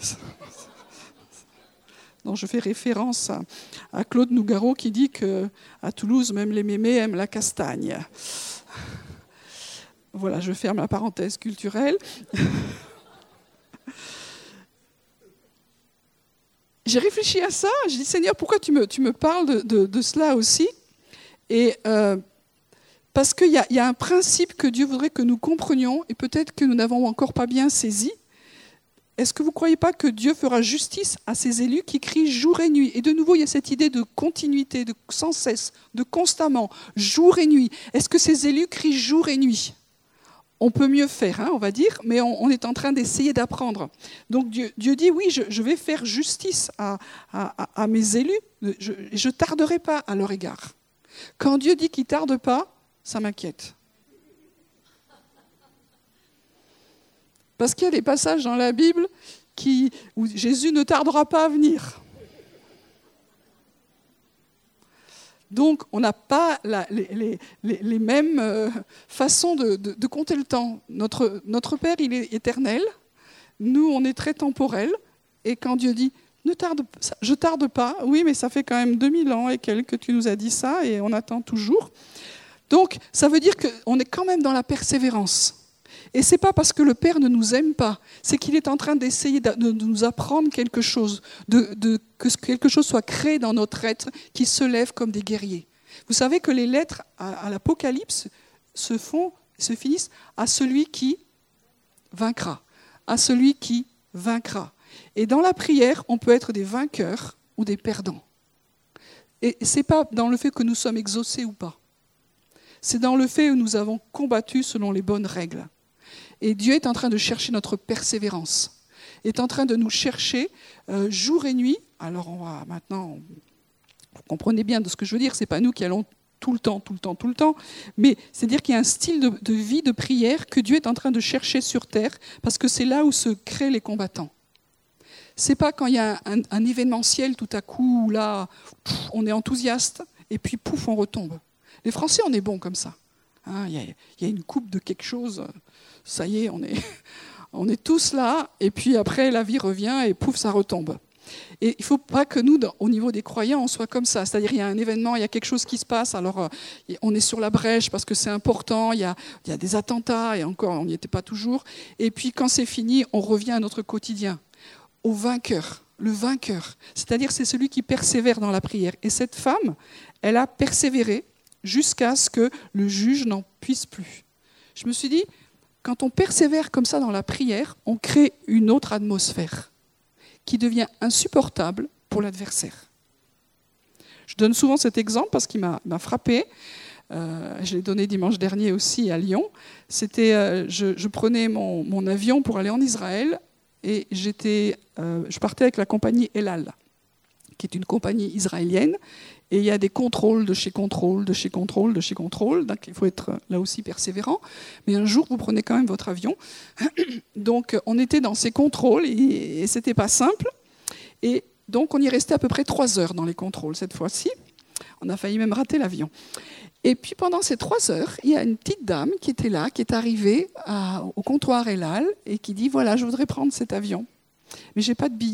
Non, je fais référence à, à Claude Nougaro qui dit qu'à Toulouse, même les mémés aiment la castagne. Voilà, je ferme la parenthèse culturelle. J'ai réfléchi à ça, j'ai dit, Seigneur, pourquoi tu me, tu me parles de, de, de cela aussi ? Et euh, parce qu'il y a, y a un principe que Dieu voudrait que nous comprenions, et peut-être que nous n'avons encore pas bien saisi. Est-ce que vous ne croyez pas que Dieu fera justice à ses élus qui crient jour et nuit ? Et de nouveau, il y a cette idée de continuité, de sans cesse, de constamment, jour et nuit. Est-ce que ces élus crient jour et nuit ? On peut mieux faire, hein, on va dire, mais on, on est en train d'essayer d'apprendre. Donc Dieu, Dieu dit, oui, je, je vais faire justice à, à, à mes élus, je ne tarderai pas à leur égard. Quand Dieu dit qu'il ne tarde pas, ça m'inquiète. Parce qu'il y a des passages dans la Bible qui, où Jésus ne tardera pas à venir. Donc, on n'a pas la, les, les, les mêmes euh, façons de, de, de compter le temps. Notre, notre Père, il est éternel. Nous, on est très temporel. Et quand Dieu dit « ne tarde, je ne tarde pas », oui, mais ça fait quand même deux mille ans et quelques que tu nous as dit ça, et on attend toujours. Donc, ça veut dire qu'on est quand même dans la persévérance. Et ce n'est pas parce que le Père ne nous aime pas, c'est qu'il est en train d'essayer de nous apprendre quelque chose, de, de, que quelque chose soit créé dans notre être qui se lève comme des guerriers. Vous savez que les lettres à, à l'Apocalypse se font, se finissent à celui qui vaincra, à celui qui vaincra. Et dans la prière, on peut être des vainqueurs ou des perdants. Et ce n'est pas dans le fait que nous sommes exaucés ou pas. C'est dans le fait où nous avons combattu selon les bonnes règles. Et Dieu est en train de chercher notre persévérance, est en train de nous chercher euh, jour et nuit. Alors on va maintenant, vous comprenez bien de ce que je veux dire, ce n'est pas nous qui allons tout le temps, tout le temps, tout le temps, mais c'est-à-dire qu'il y a un style de, de vie, de prière que Dieu est en train de chercher sur terre, parce que c'est là où se créent les combattants. Ce n'est pas quand il y a un, un événementiel tout à coup, où là, pff, on est enthousiaste, et puis pouf, on retombe. Les Français, on est bons comme ça. Hein, il y a, il y a une coupe de quelque chose, ça y est, on est, on est tous là, et puis après, la vie revient, et pouf, ça retombe. Et il ne faut pas que nous, au niveau des croyants, on soit comme ça. C'est-à-dire qu'il y a un événement, il y a quelque chose qui se passe, alors euh, on est sur la brèche parce que c'est important, il y a, il y a des attentats, et encore, on n'y était pas toujours. Et puis quand c'est fini, on revient à notre quotidien, au vainqueur, le vainqueur. C'est-à-dire c'est celui qui persévère dans la prière. Et cette femme, elle a persévéré jusqu'à ce que le juge n'en puisse plus. Je me suis dit, quand on persévère comme ça dans la prière, on crée une autre atmosphère qui devient insupportable pour l'adversaire. Je donne souvent cet exemple parce qu'il m'a, m'a frappé. Euh, je l'ai donné dimanche dernier aussi à Lyon. C'était, euh, je, je prenais mon, mon avion pour aller en Israël et j'étais, euh, je partais avec la compagnie El Al, qui est une compagnie israélienne. Et il y a des contrôles de chez contrôle, de chez contrôle, de chez contrôle. Donc il faut être là aussi persévérant. Mais un jour, vous prenez quand même votre avion. Donc on était dans ces contrôles et, et c'était pas simple. Et donc on y restait à peu près trois heures dans les contrôles cette fois-ci. On a failli même rater l'avion. Et puis pendant ces trois heures, il y a une petite dame qui était là, qui est arrivée à, au comptoir El Al et qui dit « Voilà, je voudrais prendre cet avion, mais j'ai pas de billet. »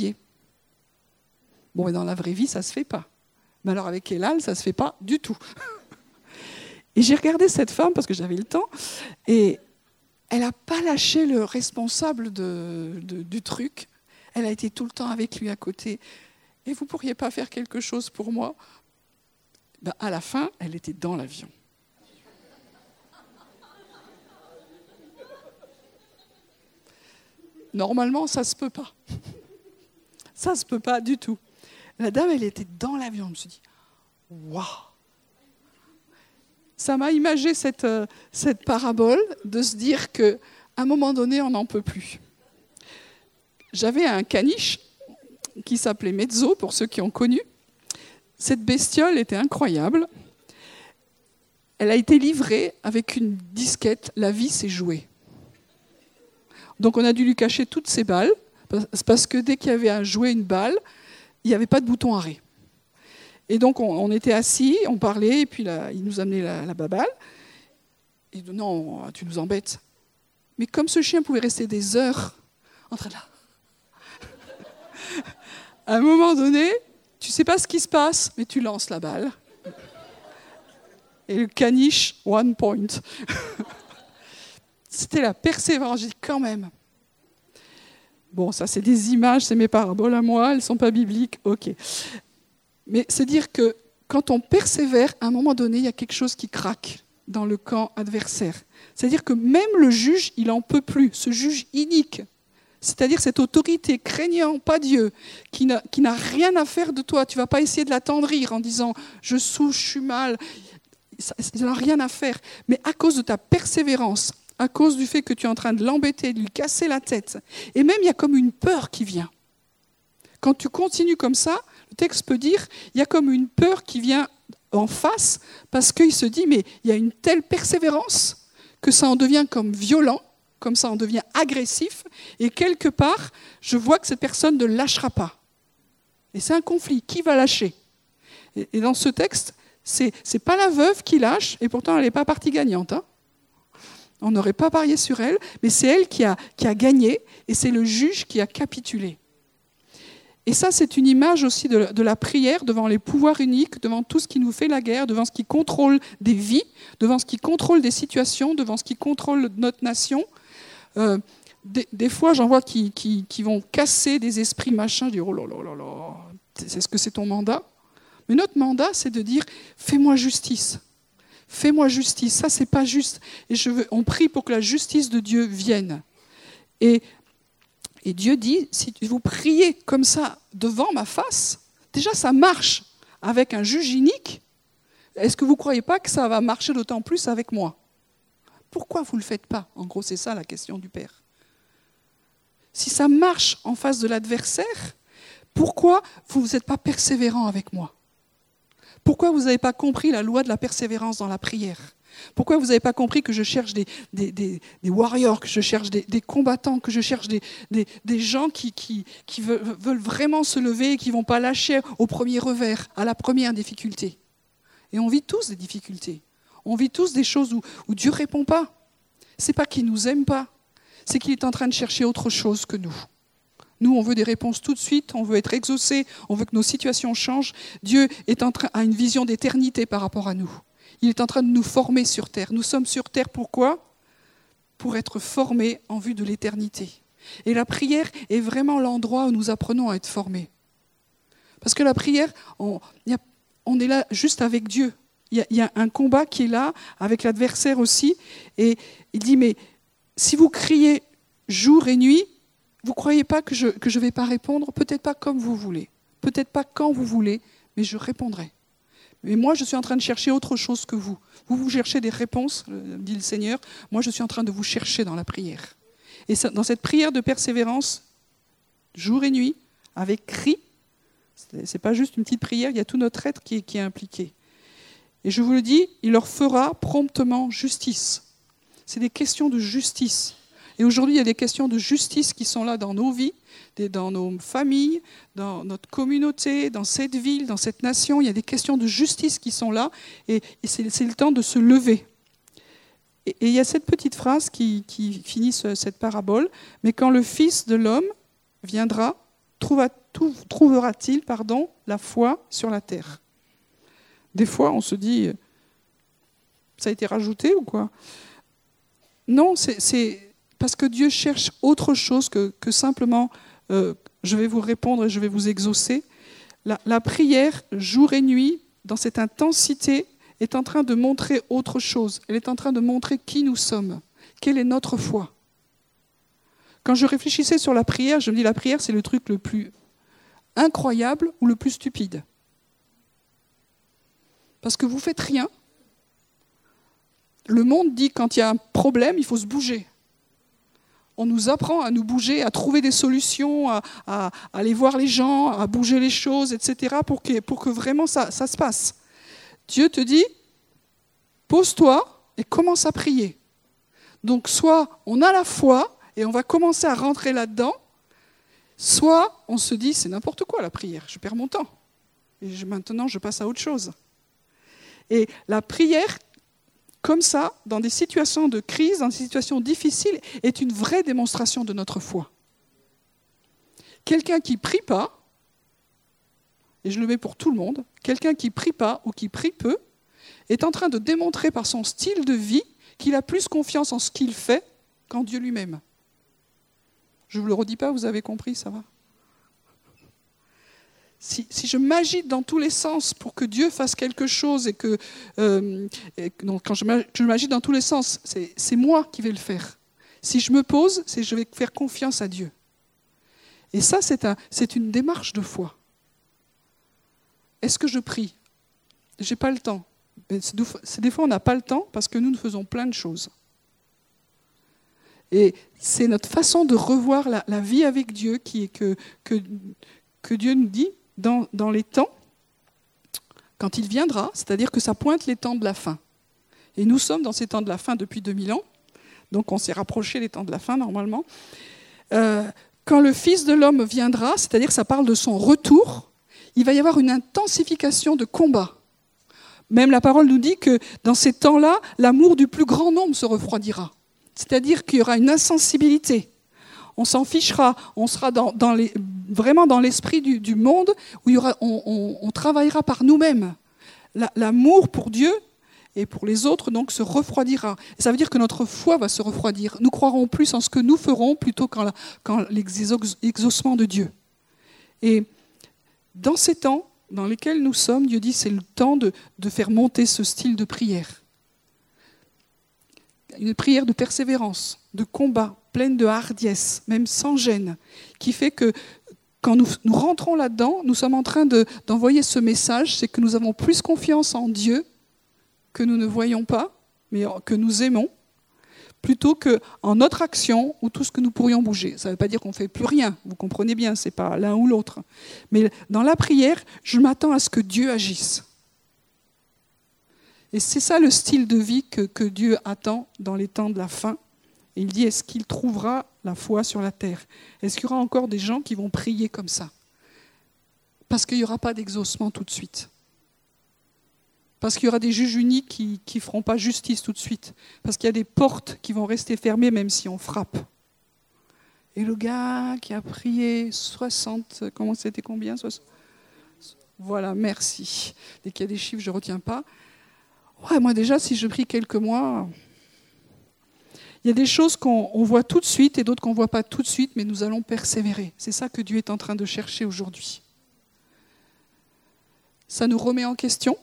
Bon, mais dans la vraie vie, ça se fait pas. Mais alors avec El Al, ça ne se fait pas du tout. Et j'ai regardé cette femme, parce que j'avais le temps, et elle n'a pas lâché le responsable de, de, du truc. Elle a été tout le temps avec lui à côté. Et vous ne pourriez pas faire quelque chose pour moi ? Ben, à la fin, elle était dans l'avion. Normalement, ça ne se peut pas. Ça ne se peut pas du tout. La dame, elle était dans l'avion. Je me suis dit, waouh! Ça m'a imagé cette, euh, cette parabole de se dire qu'à un moment donné, on n'en peut plus. J'avais un caniche qui s'appelait Mezzo, pour ceux qui ont connu. Cette bestiole était incroyable. Elle a été livrée avec une disquette. La vie s'est jouée. Donc on a dû lui cacher toutes ses balles, parce que dès qu'il y avait à jouer une balle, il n'y avait pas de bouton arrêt. Et donc on, on était assis, on parlait, et puis là, il nous amenait la, la baballe. Et il dit, non, tu nous embêtes. Mais comme ce chien pouvait rester des heures en train de là, à un moment donné, tu ne sais pas ce qui se passe, mais tu lances la balle. Et le caniche, one point. C'était la persévérance. J'ai dit, quand même. Bon, ça, c'est des images, c'est mes paraboles à moi, elles ne sont pas bibliques, ok. Mais c'est dire que quand on persévère, à un moment donné, il y a quelque chose qui craque dans le camp adversaire. C'est-à-dire que même le juge, il n'en peut plus, ce juge inique. C'est-à-dire cette autorité craignant, pas Dieu, qui n'a, qui n'a rien à faire de toi. Tu ne vas pas essayer de l'attendrir en disant « je souffre, je suis mal ». Il n'a rien à faire. Mais à cause de ta persévérance, à cause du fait que tu es en train de l'embêter, de lui casser la tête, et même il y a comme une peur qui vient. Quand tu continues comme ça, le texte peut dire, il y a comme une peur qui vient en face, parce qu'il se dit, mais il y a une telle persévérance que ça en devient comme violent, comme ça en devient agressif, et quelque part, je vois que cette personne ne lâchera pas. Et c'est un conflit. Qui va lâcher ? Et, et dans ce texte, c'est, c'est pas la veuve qui lâche, et pourtant elle n'est pas partie gagnante. Hein. On n'aurait pas parié sur elle, mais c'est elle qui a, qui a gagné, et c'est le juge qui a capitulé. Et ça, c'est une image aussi de, de la prière devant les pouvoirs uniques, devant tout ce qui nous fait la guerre, devant ce qui contrôle des vies, devant ce qui contrôle des situations, devant ce qui contrôle notre nation. Euh, des, des fois, j'en vois qui, qui, qui vont casser des esprits machin, dire oh là là là là, c'est ce que c'est ton mandat. Mais notre mandat, c'est de dire fais-moi justice, fais-moi justice. Ça, c'est pas juste. Et je veux, on prie pour que la justice de Dieu vienne. Et Et Dieu dit, si vous priez comme ça devant ma face, déjà ça marche avec un juge inique. Est-ce que vous ne croyez pas que ça va marcher d'autant plus avec moi ? Pourquoi vous ne le faites pas ? En gros, c'est ça la question du Père. Si ça marche en face de l'adversaire, pourquoi vous n'êtes pas persévérant avec moi ? Pourquoi vous n'avez pas compris la loi de la persévérance dans la prière ? Pourquoi vous n'avez pas compris que je cherche des, des, des, des warriors, que je cherche des, des combattants, que je cherche des, des, des gens qui, qui, qui veulent, veulent vraiment se lever et qui ne vont pas lâcher au premier revers, à la première difficulté. Et on vit tous des difficultés. On vit tous des choses où, où Dieu ne répond pas. Ce n'est pas qu'il ne nous aime pas, c'est qu'il est en train de chercher autre chose que nous. Nous, on veut des réponses tout de suite, on veut être exaucés, on veut que nos situations changent. Dieu est en train, a une vision d'éternité par rapport à nous. Il est en train de nous former sur terre. Nous sommes sur terre pourquoi ? Pour être formés en vue de l'éternité. Et la prière est vraiment l'endroit où nous apprenons à être formés. Parce que la prière, on, y a, on est là juste avec Dieu. Il y, a, il y a un combat qui est là, avec l'adversaire aussi. Et il dit, mais si vous criez jour et nuit, vous ne croyez pas que je ne que je vais pas répondre ? Peut-être pas comme vous voulez, peut-être pas quand vous voulez, mais je répondrai. Mais moi, je suis en train de chercher autre chose que vous. Vous, vous cherchez des réponses, dit le Seigneur. Moi, je suis en train de vous chercher dans la prière. Et ça, dans cette prière de persévérance, jour et nuit, avec cri, ce n'est pas juste une petite prière, il y a tout notre être qui est, qui est impliqué. Et je vous le dis, il leur fera promptement justice. C'est des questions de justice. Et aujourd'hui, il y a des questions de justice qui sont là dans nos vies, dans nos familles, dans notre communauté, dans cette ville, dans cette nation. Il y a des questions de justice qui sont là et, et c'est, c'est le temps de se lever. Et, et il y a cette petite phrase qui, qui finit ce, cette parabole. « Mais quand le Fils de l'homme viendra, trouva, tout, trouvera-t-il pardon, la foi sur la terre ?» Des fois, on se dit « ça a été rajouté ou quoi ?» Non, c'est... c'est parce que Dieu cherche autre chose que, que simplement euh, « je vais vous répondre et je vais vous exaucer ». La, la prière, jour et nuit, dans cette intensité, est en train de montrer autre chose. Elle est en train de montrer qui nous sommes, quelle est notre foi. Quand je réfléchissais sur la prière, je me dis la prière, c'est le truc le plus incroyable ou le plus stupide. Parce que vous faites rien. Le monde dit quand il y a un problème, il faut se bouger. On nous apprend à nous bouger, à trouver des solutions, à, à, à aller voir les gens, à bouger les choses, et cetera pour que, pour que vraiment ça, ça se passe. Dieu te dit, pose-toi et commence à prier. Donc soit on a la foi et on va commencer à rentrer là-dedans, soit on se dit, c'est n'importe quoi la prière, je perds mon temps. Et je, maintenant, je passe à autre chose. Et la prière, comme ça, dans des situations de crise, dans des situations difficiles, est une vraie démonstration de notre foi. Quelqu'un qui ne prie pas, et je le mets pour tout le monde, quelqu'un qui ne prie pas ou qui prie peu, est en train de démontrer par son style de vie qu'il a plus confiance en ce qu'il fait qu'en Dieu lui-même. Je ne vous le redis pas, vous avez compris, ça va ? Si, si je m'agite dans tous les sens pour que Dieu fasse quelque chose et que... Euh, et, donc quand je m'agite dans tous les sens, c'est, c'est moi qui vais le faire. Si je me pose, c'est je vais faire confiance à Dieu. Et ça, c'est, un, c'est une démarche de foi. Est-ce que je prie ? Je n'ai pas le temps. C'est, c'est, des fois, on n'a pas le temps parce que nous, nous faisons plein de choses. Et c'est notre façon de revoir la, la vie avec Dieu qui est que, que, que Dieu nous dit, Dans, dans les temps, quand il viendra, c'est-à-dire que ça pointe les temps de la fin. Et nous sommes dans ces temps de la fin depuis deux mille ans, donc on s'est rapproché des temps de la fin normalement. Euh, quand le Fils de l'homme viendra, c'est-à-dire que ça parle de son retour, il va y avoir une intensification de combat. Même la parole nous dit que dans ces temps-là, l'amour du plus grand nombre se refroidira. C'est-à-dire qu'il y aura une insensibilité. On s'en fichera, on sera dans, dans les, vraiment dans l'esprit du, du monde où il y aura, on, on, on travaillera par nous-mêmes. La, l'amour pour Dieu et pour les autres donc se refroidira. Et ça veut dire que notre foi va se refroidir. Nous croirons plus en ce que nous ferons plutôt qu'en, la, qu'en l'exaucement de Dieu. Et dans ces temps dans lesquels nous sommes, Dieu dit c'est le temps de, de faire monter ce style de prière. Une prière de persévérance, de combat, pleine de hardiesse, même sans gêne, qui fait que quand nous, nous rentrons là-dedans, nous sommes en train de, d'envoyer ce message, c'est que nous avons plus confiance en Dieu que nous ne voyons pas, mais que nous aimons, plutôt qu'en notre action ou tout ce que nous pourrions bouger. Ça ne veut pas dire qu'on ne fait plus rien, vous comprenez bien, ce n'est pas l'un ou l'autre. Mais dans la prière, je m'attends à ce que Dieu agisse. Et c'est ça le style de vie que, que Dieu attend dans les temps de la fin. Et il dit, est-ce qu'il trouvera la foi sur la terre ? Est-ce qu'il y aura encore des gens qui vont prier comme ça ? Parce qu'il n'y aura pas d'exaucement tout de suite. Parce qu'il y aura des juges uniques qui ne feront pas justice tout de suite. Parce qu'il y a des portes qui vont rester fermées même si on frappe. Et le gars qui a prié soixante, comment c'était combien soixante Voilà, merci. Dès qu'il y a des chiffres, je ne retiens pas. Ouais, moi déjà, si je prie quelques mois, il y a des choses qu'on on voit tout de suite et d'autres qu'on ne voit pas tout de suite, mais nous allons persévérer. C'est ça que Dieu est en train de chercher aujourd'hui. Ça nous remet en question.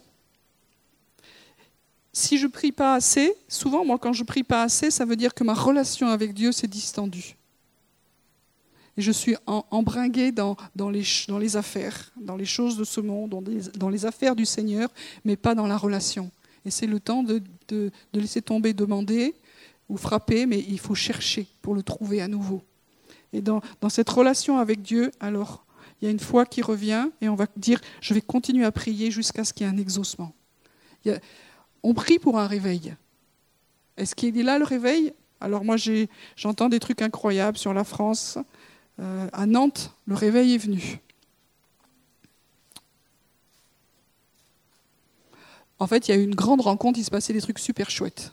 Si je ne prie pas assez, souvent, moi, quand je ne prie pas assez, ça veut dire que ma relation avec Dieu s'est distendue. Et je suis embringuée dans, dans, les, dans les affaires, dans les choses de ce monde, dans les, dans les affaires du Seigneur, mais pas dans la relation. Et c'est le temps de, de, de laisser tomber, demander ou frapper, mais il faut chercher pour le trouver à nouveau. Et dans, dans cette relation avec Dieu, alors, il y a une foi qui revient et on va dire, je vais continuer à prier jusqu'à ce qu'il y ait un exaucement. Il y a, on prie pour un réveil. Est-ce qu'il est là le réveil ? Alors moi, j'ai, j'entends des trucs incroyables sur la France. Euh, à Nantes, le réveil est venu. En fait, il y a eu une grande rencontre, il se passait des trucs super chouettes.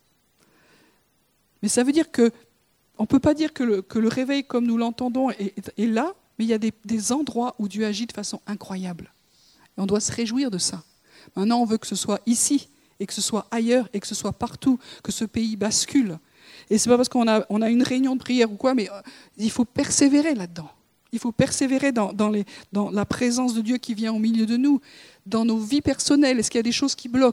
Mais ça veut dire que, on ne peut pas dire que le, que le réveil comme nous l'entendons est, est, est là, mais il y a des, des endroits où Dieu agit de façon incroyable. Et on doit se réjouir de ça. Maintenant, on veut que ce soit ici, et que ce soit ailleurs, et que ce soit partout, que ce pays bascule. Et ce n'est pas parce qu'on a, on a une réunion de prière ou quoi, mais il faut persévérer là-dedans. Il faut persévérer dans, dans, les, dans la présence de Dieu qui vient au milieu de nous, dans nos vies personnelles. Est-ce qu'il y a des choses qui bloquent ?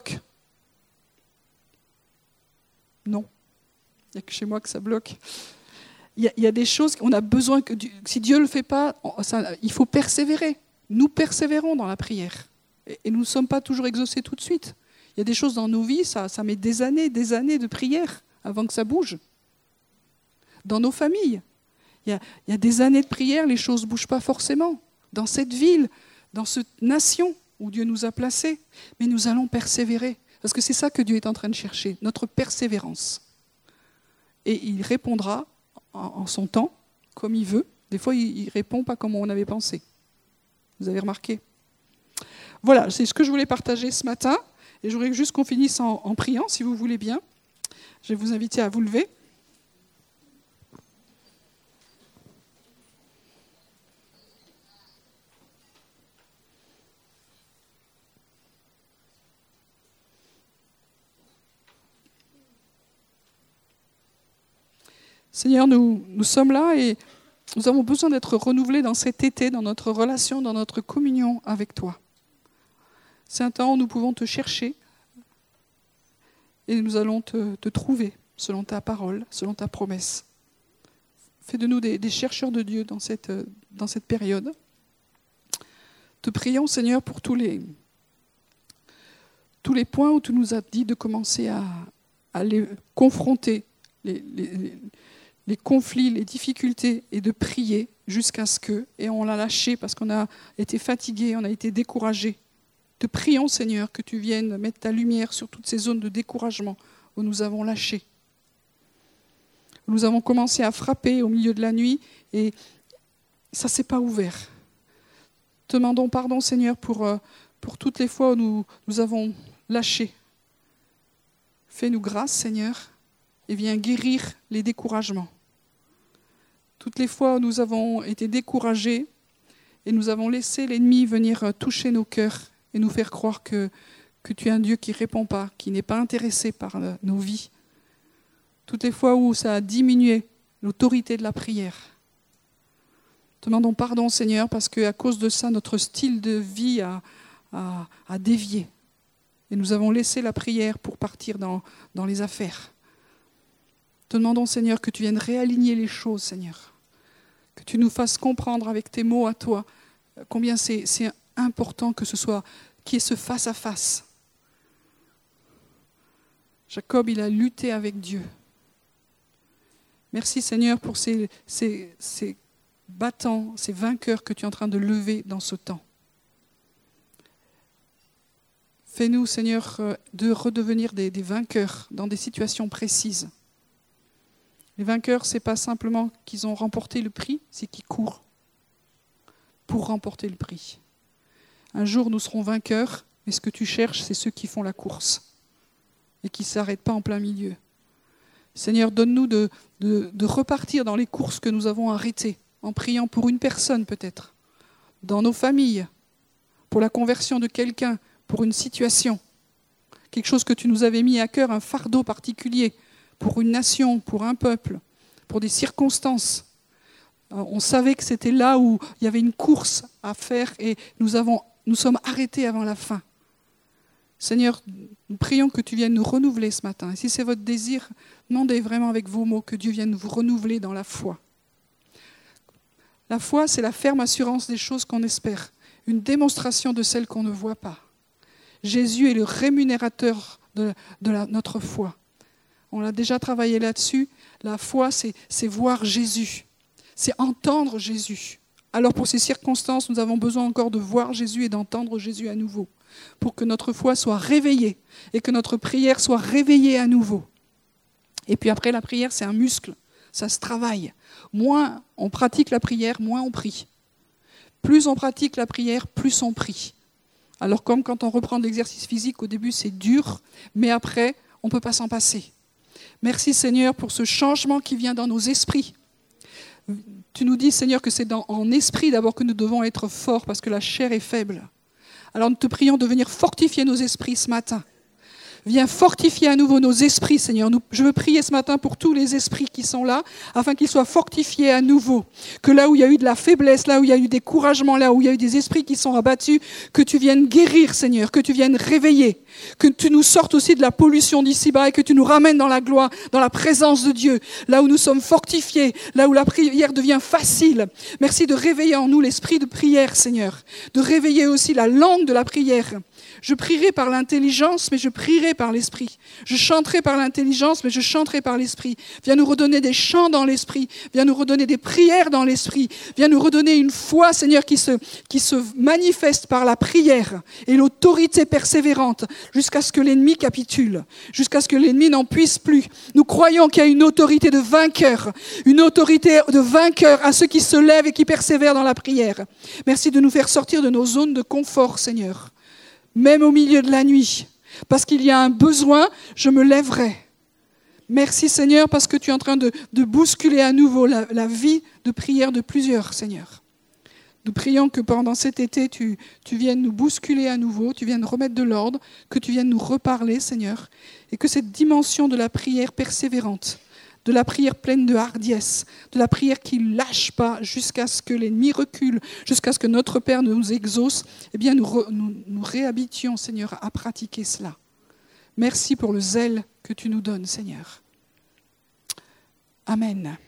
Non. Il n'y a que chez moi que ça bloque. Il y, a, il y a des choses qu'on a besoin, que si Dieu ne le fait pas, ça, il faut persévérer. Nous persévérons dans la prière. Et, et nous ne sommes pas toujours exaucés tout de suite. Il y a des choses dans nos vies, ça, ça met des années, des années de prière avant que ça bouge. Dans nos familles, il y a, il y a des années de prière, les choses ne bougent pas forcément. Dans cette ville, dans cette nation où Dieu nous a placés. Mais nous allons persévérer. Parce que c'est ça que Dieu est en train de chercher, notre persévérance. Et il répondra en, en son temps, comme il veut. Des fois, il ne répond pas comme on avait pensé. Vous avez remarqué ? Voilà, c'est ce que je voulais partager ce matin. Et j'aurais juste qu'on finisse en, en priant, si vous voulez bien. Je vais vous inviter à vous lever. Seigneur, nous, nous sommes là et nous avons besoin d'être renouvelés dans cet été, dans notre relation, dans notre communion avec toi. C'est un temps où nous pouvons te chercher et nous allons te, te trouver selon ta parole, selon ta promesse. Fais de nous des, des chercheurs de Dieu dans cette, dans cette période. Te prions, Seigneur, pour tous les, tous les points où tu nous as dit de commencer à, à les confronter, les, les, les conflits, les difficultés, et de prier jusqu'à ce que, et on l'a lâché parce qu'on a été fatigué, on a été découragé. Te prions, Seigneur, que tu viennes mettre ta lumière sur toutes ces zones de découragement où nous avons lâché. Nous avons commencé à frapper au milieu de la nuit et ça ne s'est pas ouvert. Te demandons pardon, Seigneur, pour, pour toutes les fois où nous, nous avons lâché. Fais-nous grâce, Seigneur, et viens guérir les découragements. Toutes les fois où nous avons été découragés et nous avons laissé l'ennemi venir toucher nos cœurs et nous faire croire que, que tu es un Dieu qui ne répond pas, qui n'est pas intéressé par nos vies. Toutes les fois où ça a diminué l'autorité de la prière. Te demandons pardon, Seigneur, parce qu'à cause de ça, notre style de vie a, a, a dévié. Et nous avons laissé la prière pour partir dans, dans les affaires. Te demandons, Seigneur, que tu viennes réaligner les choses, Seigneur. Que tu nous fasses comprendre avec tes mots à toi combien c'est, c'est important que ce soit qu'il y ait ce face-à-face. Jacob, il a lutté avec Dieu. Merci, Seigneur, pour ces, ces, ces battants, ces vainqueurs que tu es en train de lever dans ce temps. Fais-nous, Seigneur, de redevenir des, des vainqueurs dans des situations précises. Les vainqueurs, ce n'est pas simplement qu'ils ont remporté le prix, c'est qu'ils courent pour remporter le prix. Un jour, nous serons vainqueurs, mais ce que tu cherches, c'est ceux qui font la course et qui ne s'arrêtent pas en plein milieu. Seigneur, donne-nous de, de, de repartir dans les courses que nous avons arrêtées, en priant pour une personne peut-être, dans nos familles, pour la conversion de quelqu'un, pour une situation, quelque chose que tu nous avais mis à cœur, un fardeau particulier, pour une nation, pour un peuple, pour des circonstances. On savait que c'était là où il y avait une course à faire et nous, avons, nous sommes arrêtés avant la fin. Seigneur, nous prions que tu viennes nous renouveler ce matin. Et si c'est votre désir, demandez vraiment avec vos mots que Dieu vienne vous renouveler dans la foi. La foi, c'est la ferme assurance des choses qu'on espère, une démonstration de celles qu'on ne voit pas. Jésus est le rémunérateur de, de la, notre foi. On a déjà travaillé là-dessus. La foi, c'est, c'est voir Jésus. C'est entendre Jésus. Alors pour ces circonstances, nous avons besoin encore de voir Jésus et d'entendre Jésus à nouveau, pour que notre foi soit réveillée et que notre prière soit réveillée à nouveau. Et puis après, la prière, c'est un muscle, ça se travaille. Moins on pratique la prière, moins on prie. Plus on pratique la prière, plus on prie. Alors comme quand on reprend de l'exercice physique, au début c'est dur, mais après, on ne peut pas s'en passer. Merci Seigneur pour ce changement qui vient dans nos esprits. Tu nous dis, Seigneur, que c'est dans, en esprit d'abord que nous devons être forts parce que la chair est faible. Alors nous te prions de venir fortifier nos esprits ce matin. Viens fortifier à nouveau nos esprits, Seigneur. Nous, je veux prier ce matin pour tous les esprits qui sont là, afin qu'ils soient fortifiés à nouveau. Que là où il y a eu de la faiblesse, là où il y a eu des découragements, là où il y a eu des esprits qui sont abattus, que tu viennes guérir, Seigneur, que tu viennes réveiller, que tu nous sortes aussi de la pollution d'ici-bas et que tu nous ramènes dans la gloire, dans la présence de Dieu, là où nous sommes fortifiés, là où la prière devient facile. Merci de réveiller en nous l'esprit de prière, Seigneur, de réveiller aussi la langue de la prière. Je prierai par l'intelligence, mais je prierai par l'esprit. Je chanterai par l'intelligence, mais je chanterai par l'esprit. Viens nous redonner des chants dans l'esprit. Viens nous redonner des prières dans l'esprit. Viens nous redonner une foi, Seigneur, qui se, qui se manifeste par la prière et l'autorité persévérante jusqu'à ce que l'ennemi capitule, jusqu'à ce que l'ennemi n'en puisse plus. Nous croyons qu'il y a une autorité de vainqueur, une autorité de vainqueur à ceux qui se lèvent et qui persévèrent dans la prière. Merci de nous faire sortir de nos zones de confort, Seigneur. Même au milieu de la nuit, parce qu'il y a un besoin, je me lèverai. Merci Seigneur, parce que tu es en train de, de bousculer à nouveau la, la vie de prière de plusieurs, Seigneur. Nous prions que pendant cet été, tu, tu viennes nous bousculer à nouveau, tu viennes remettre de l'ordre, que tu viennes nous reparler, Seigneur, et que cette dimension de la prière persévérante, de la prière pleine de hardiesse, de la prière qui ne lâche pas jusqu'à ce que l'ennemi recule, jusqu'à ce que notre Père nous exauce, eh bien nous, re, nous, nous réhabitions, Seigneur, à pratiquer cela. Merci pour le zèle que tu nous donnes, Seigneur. Amen.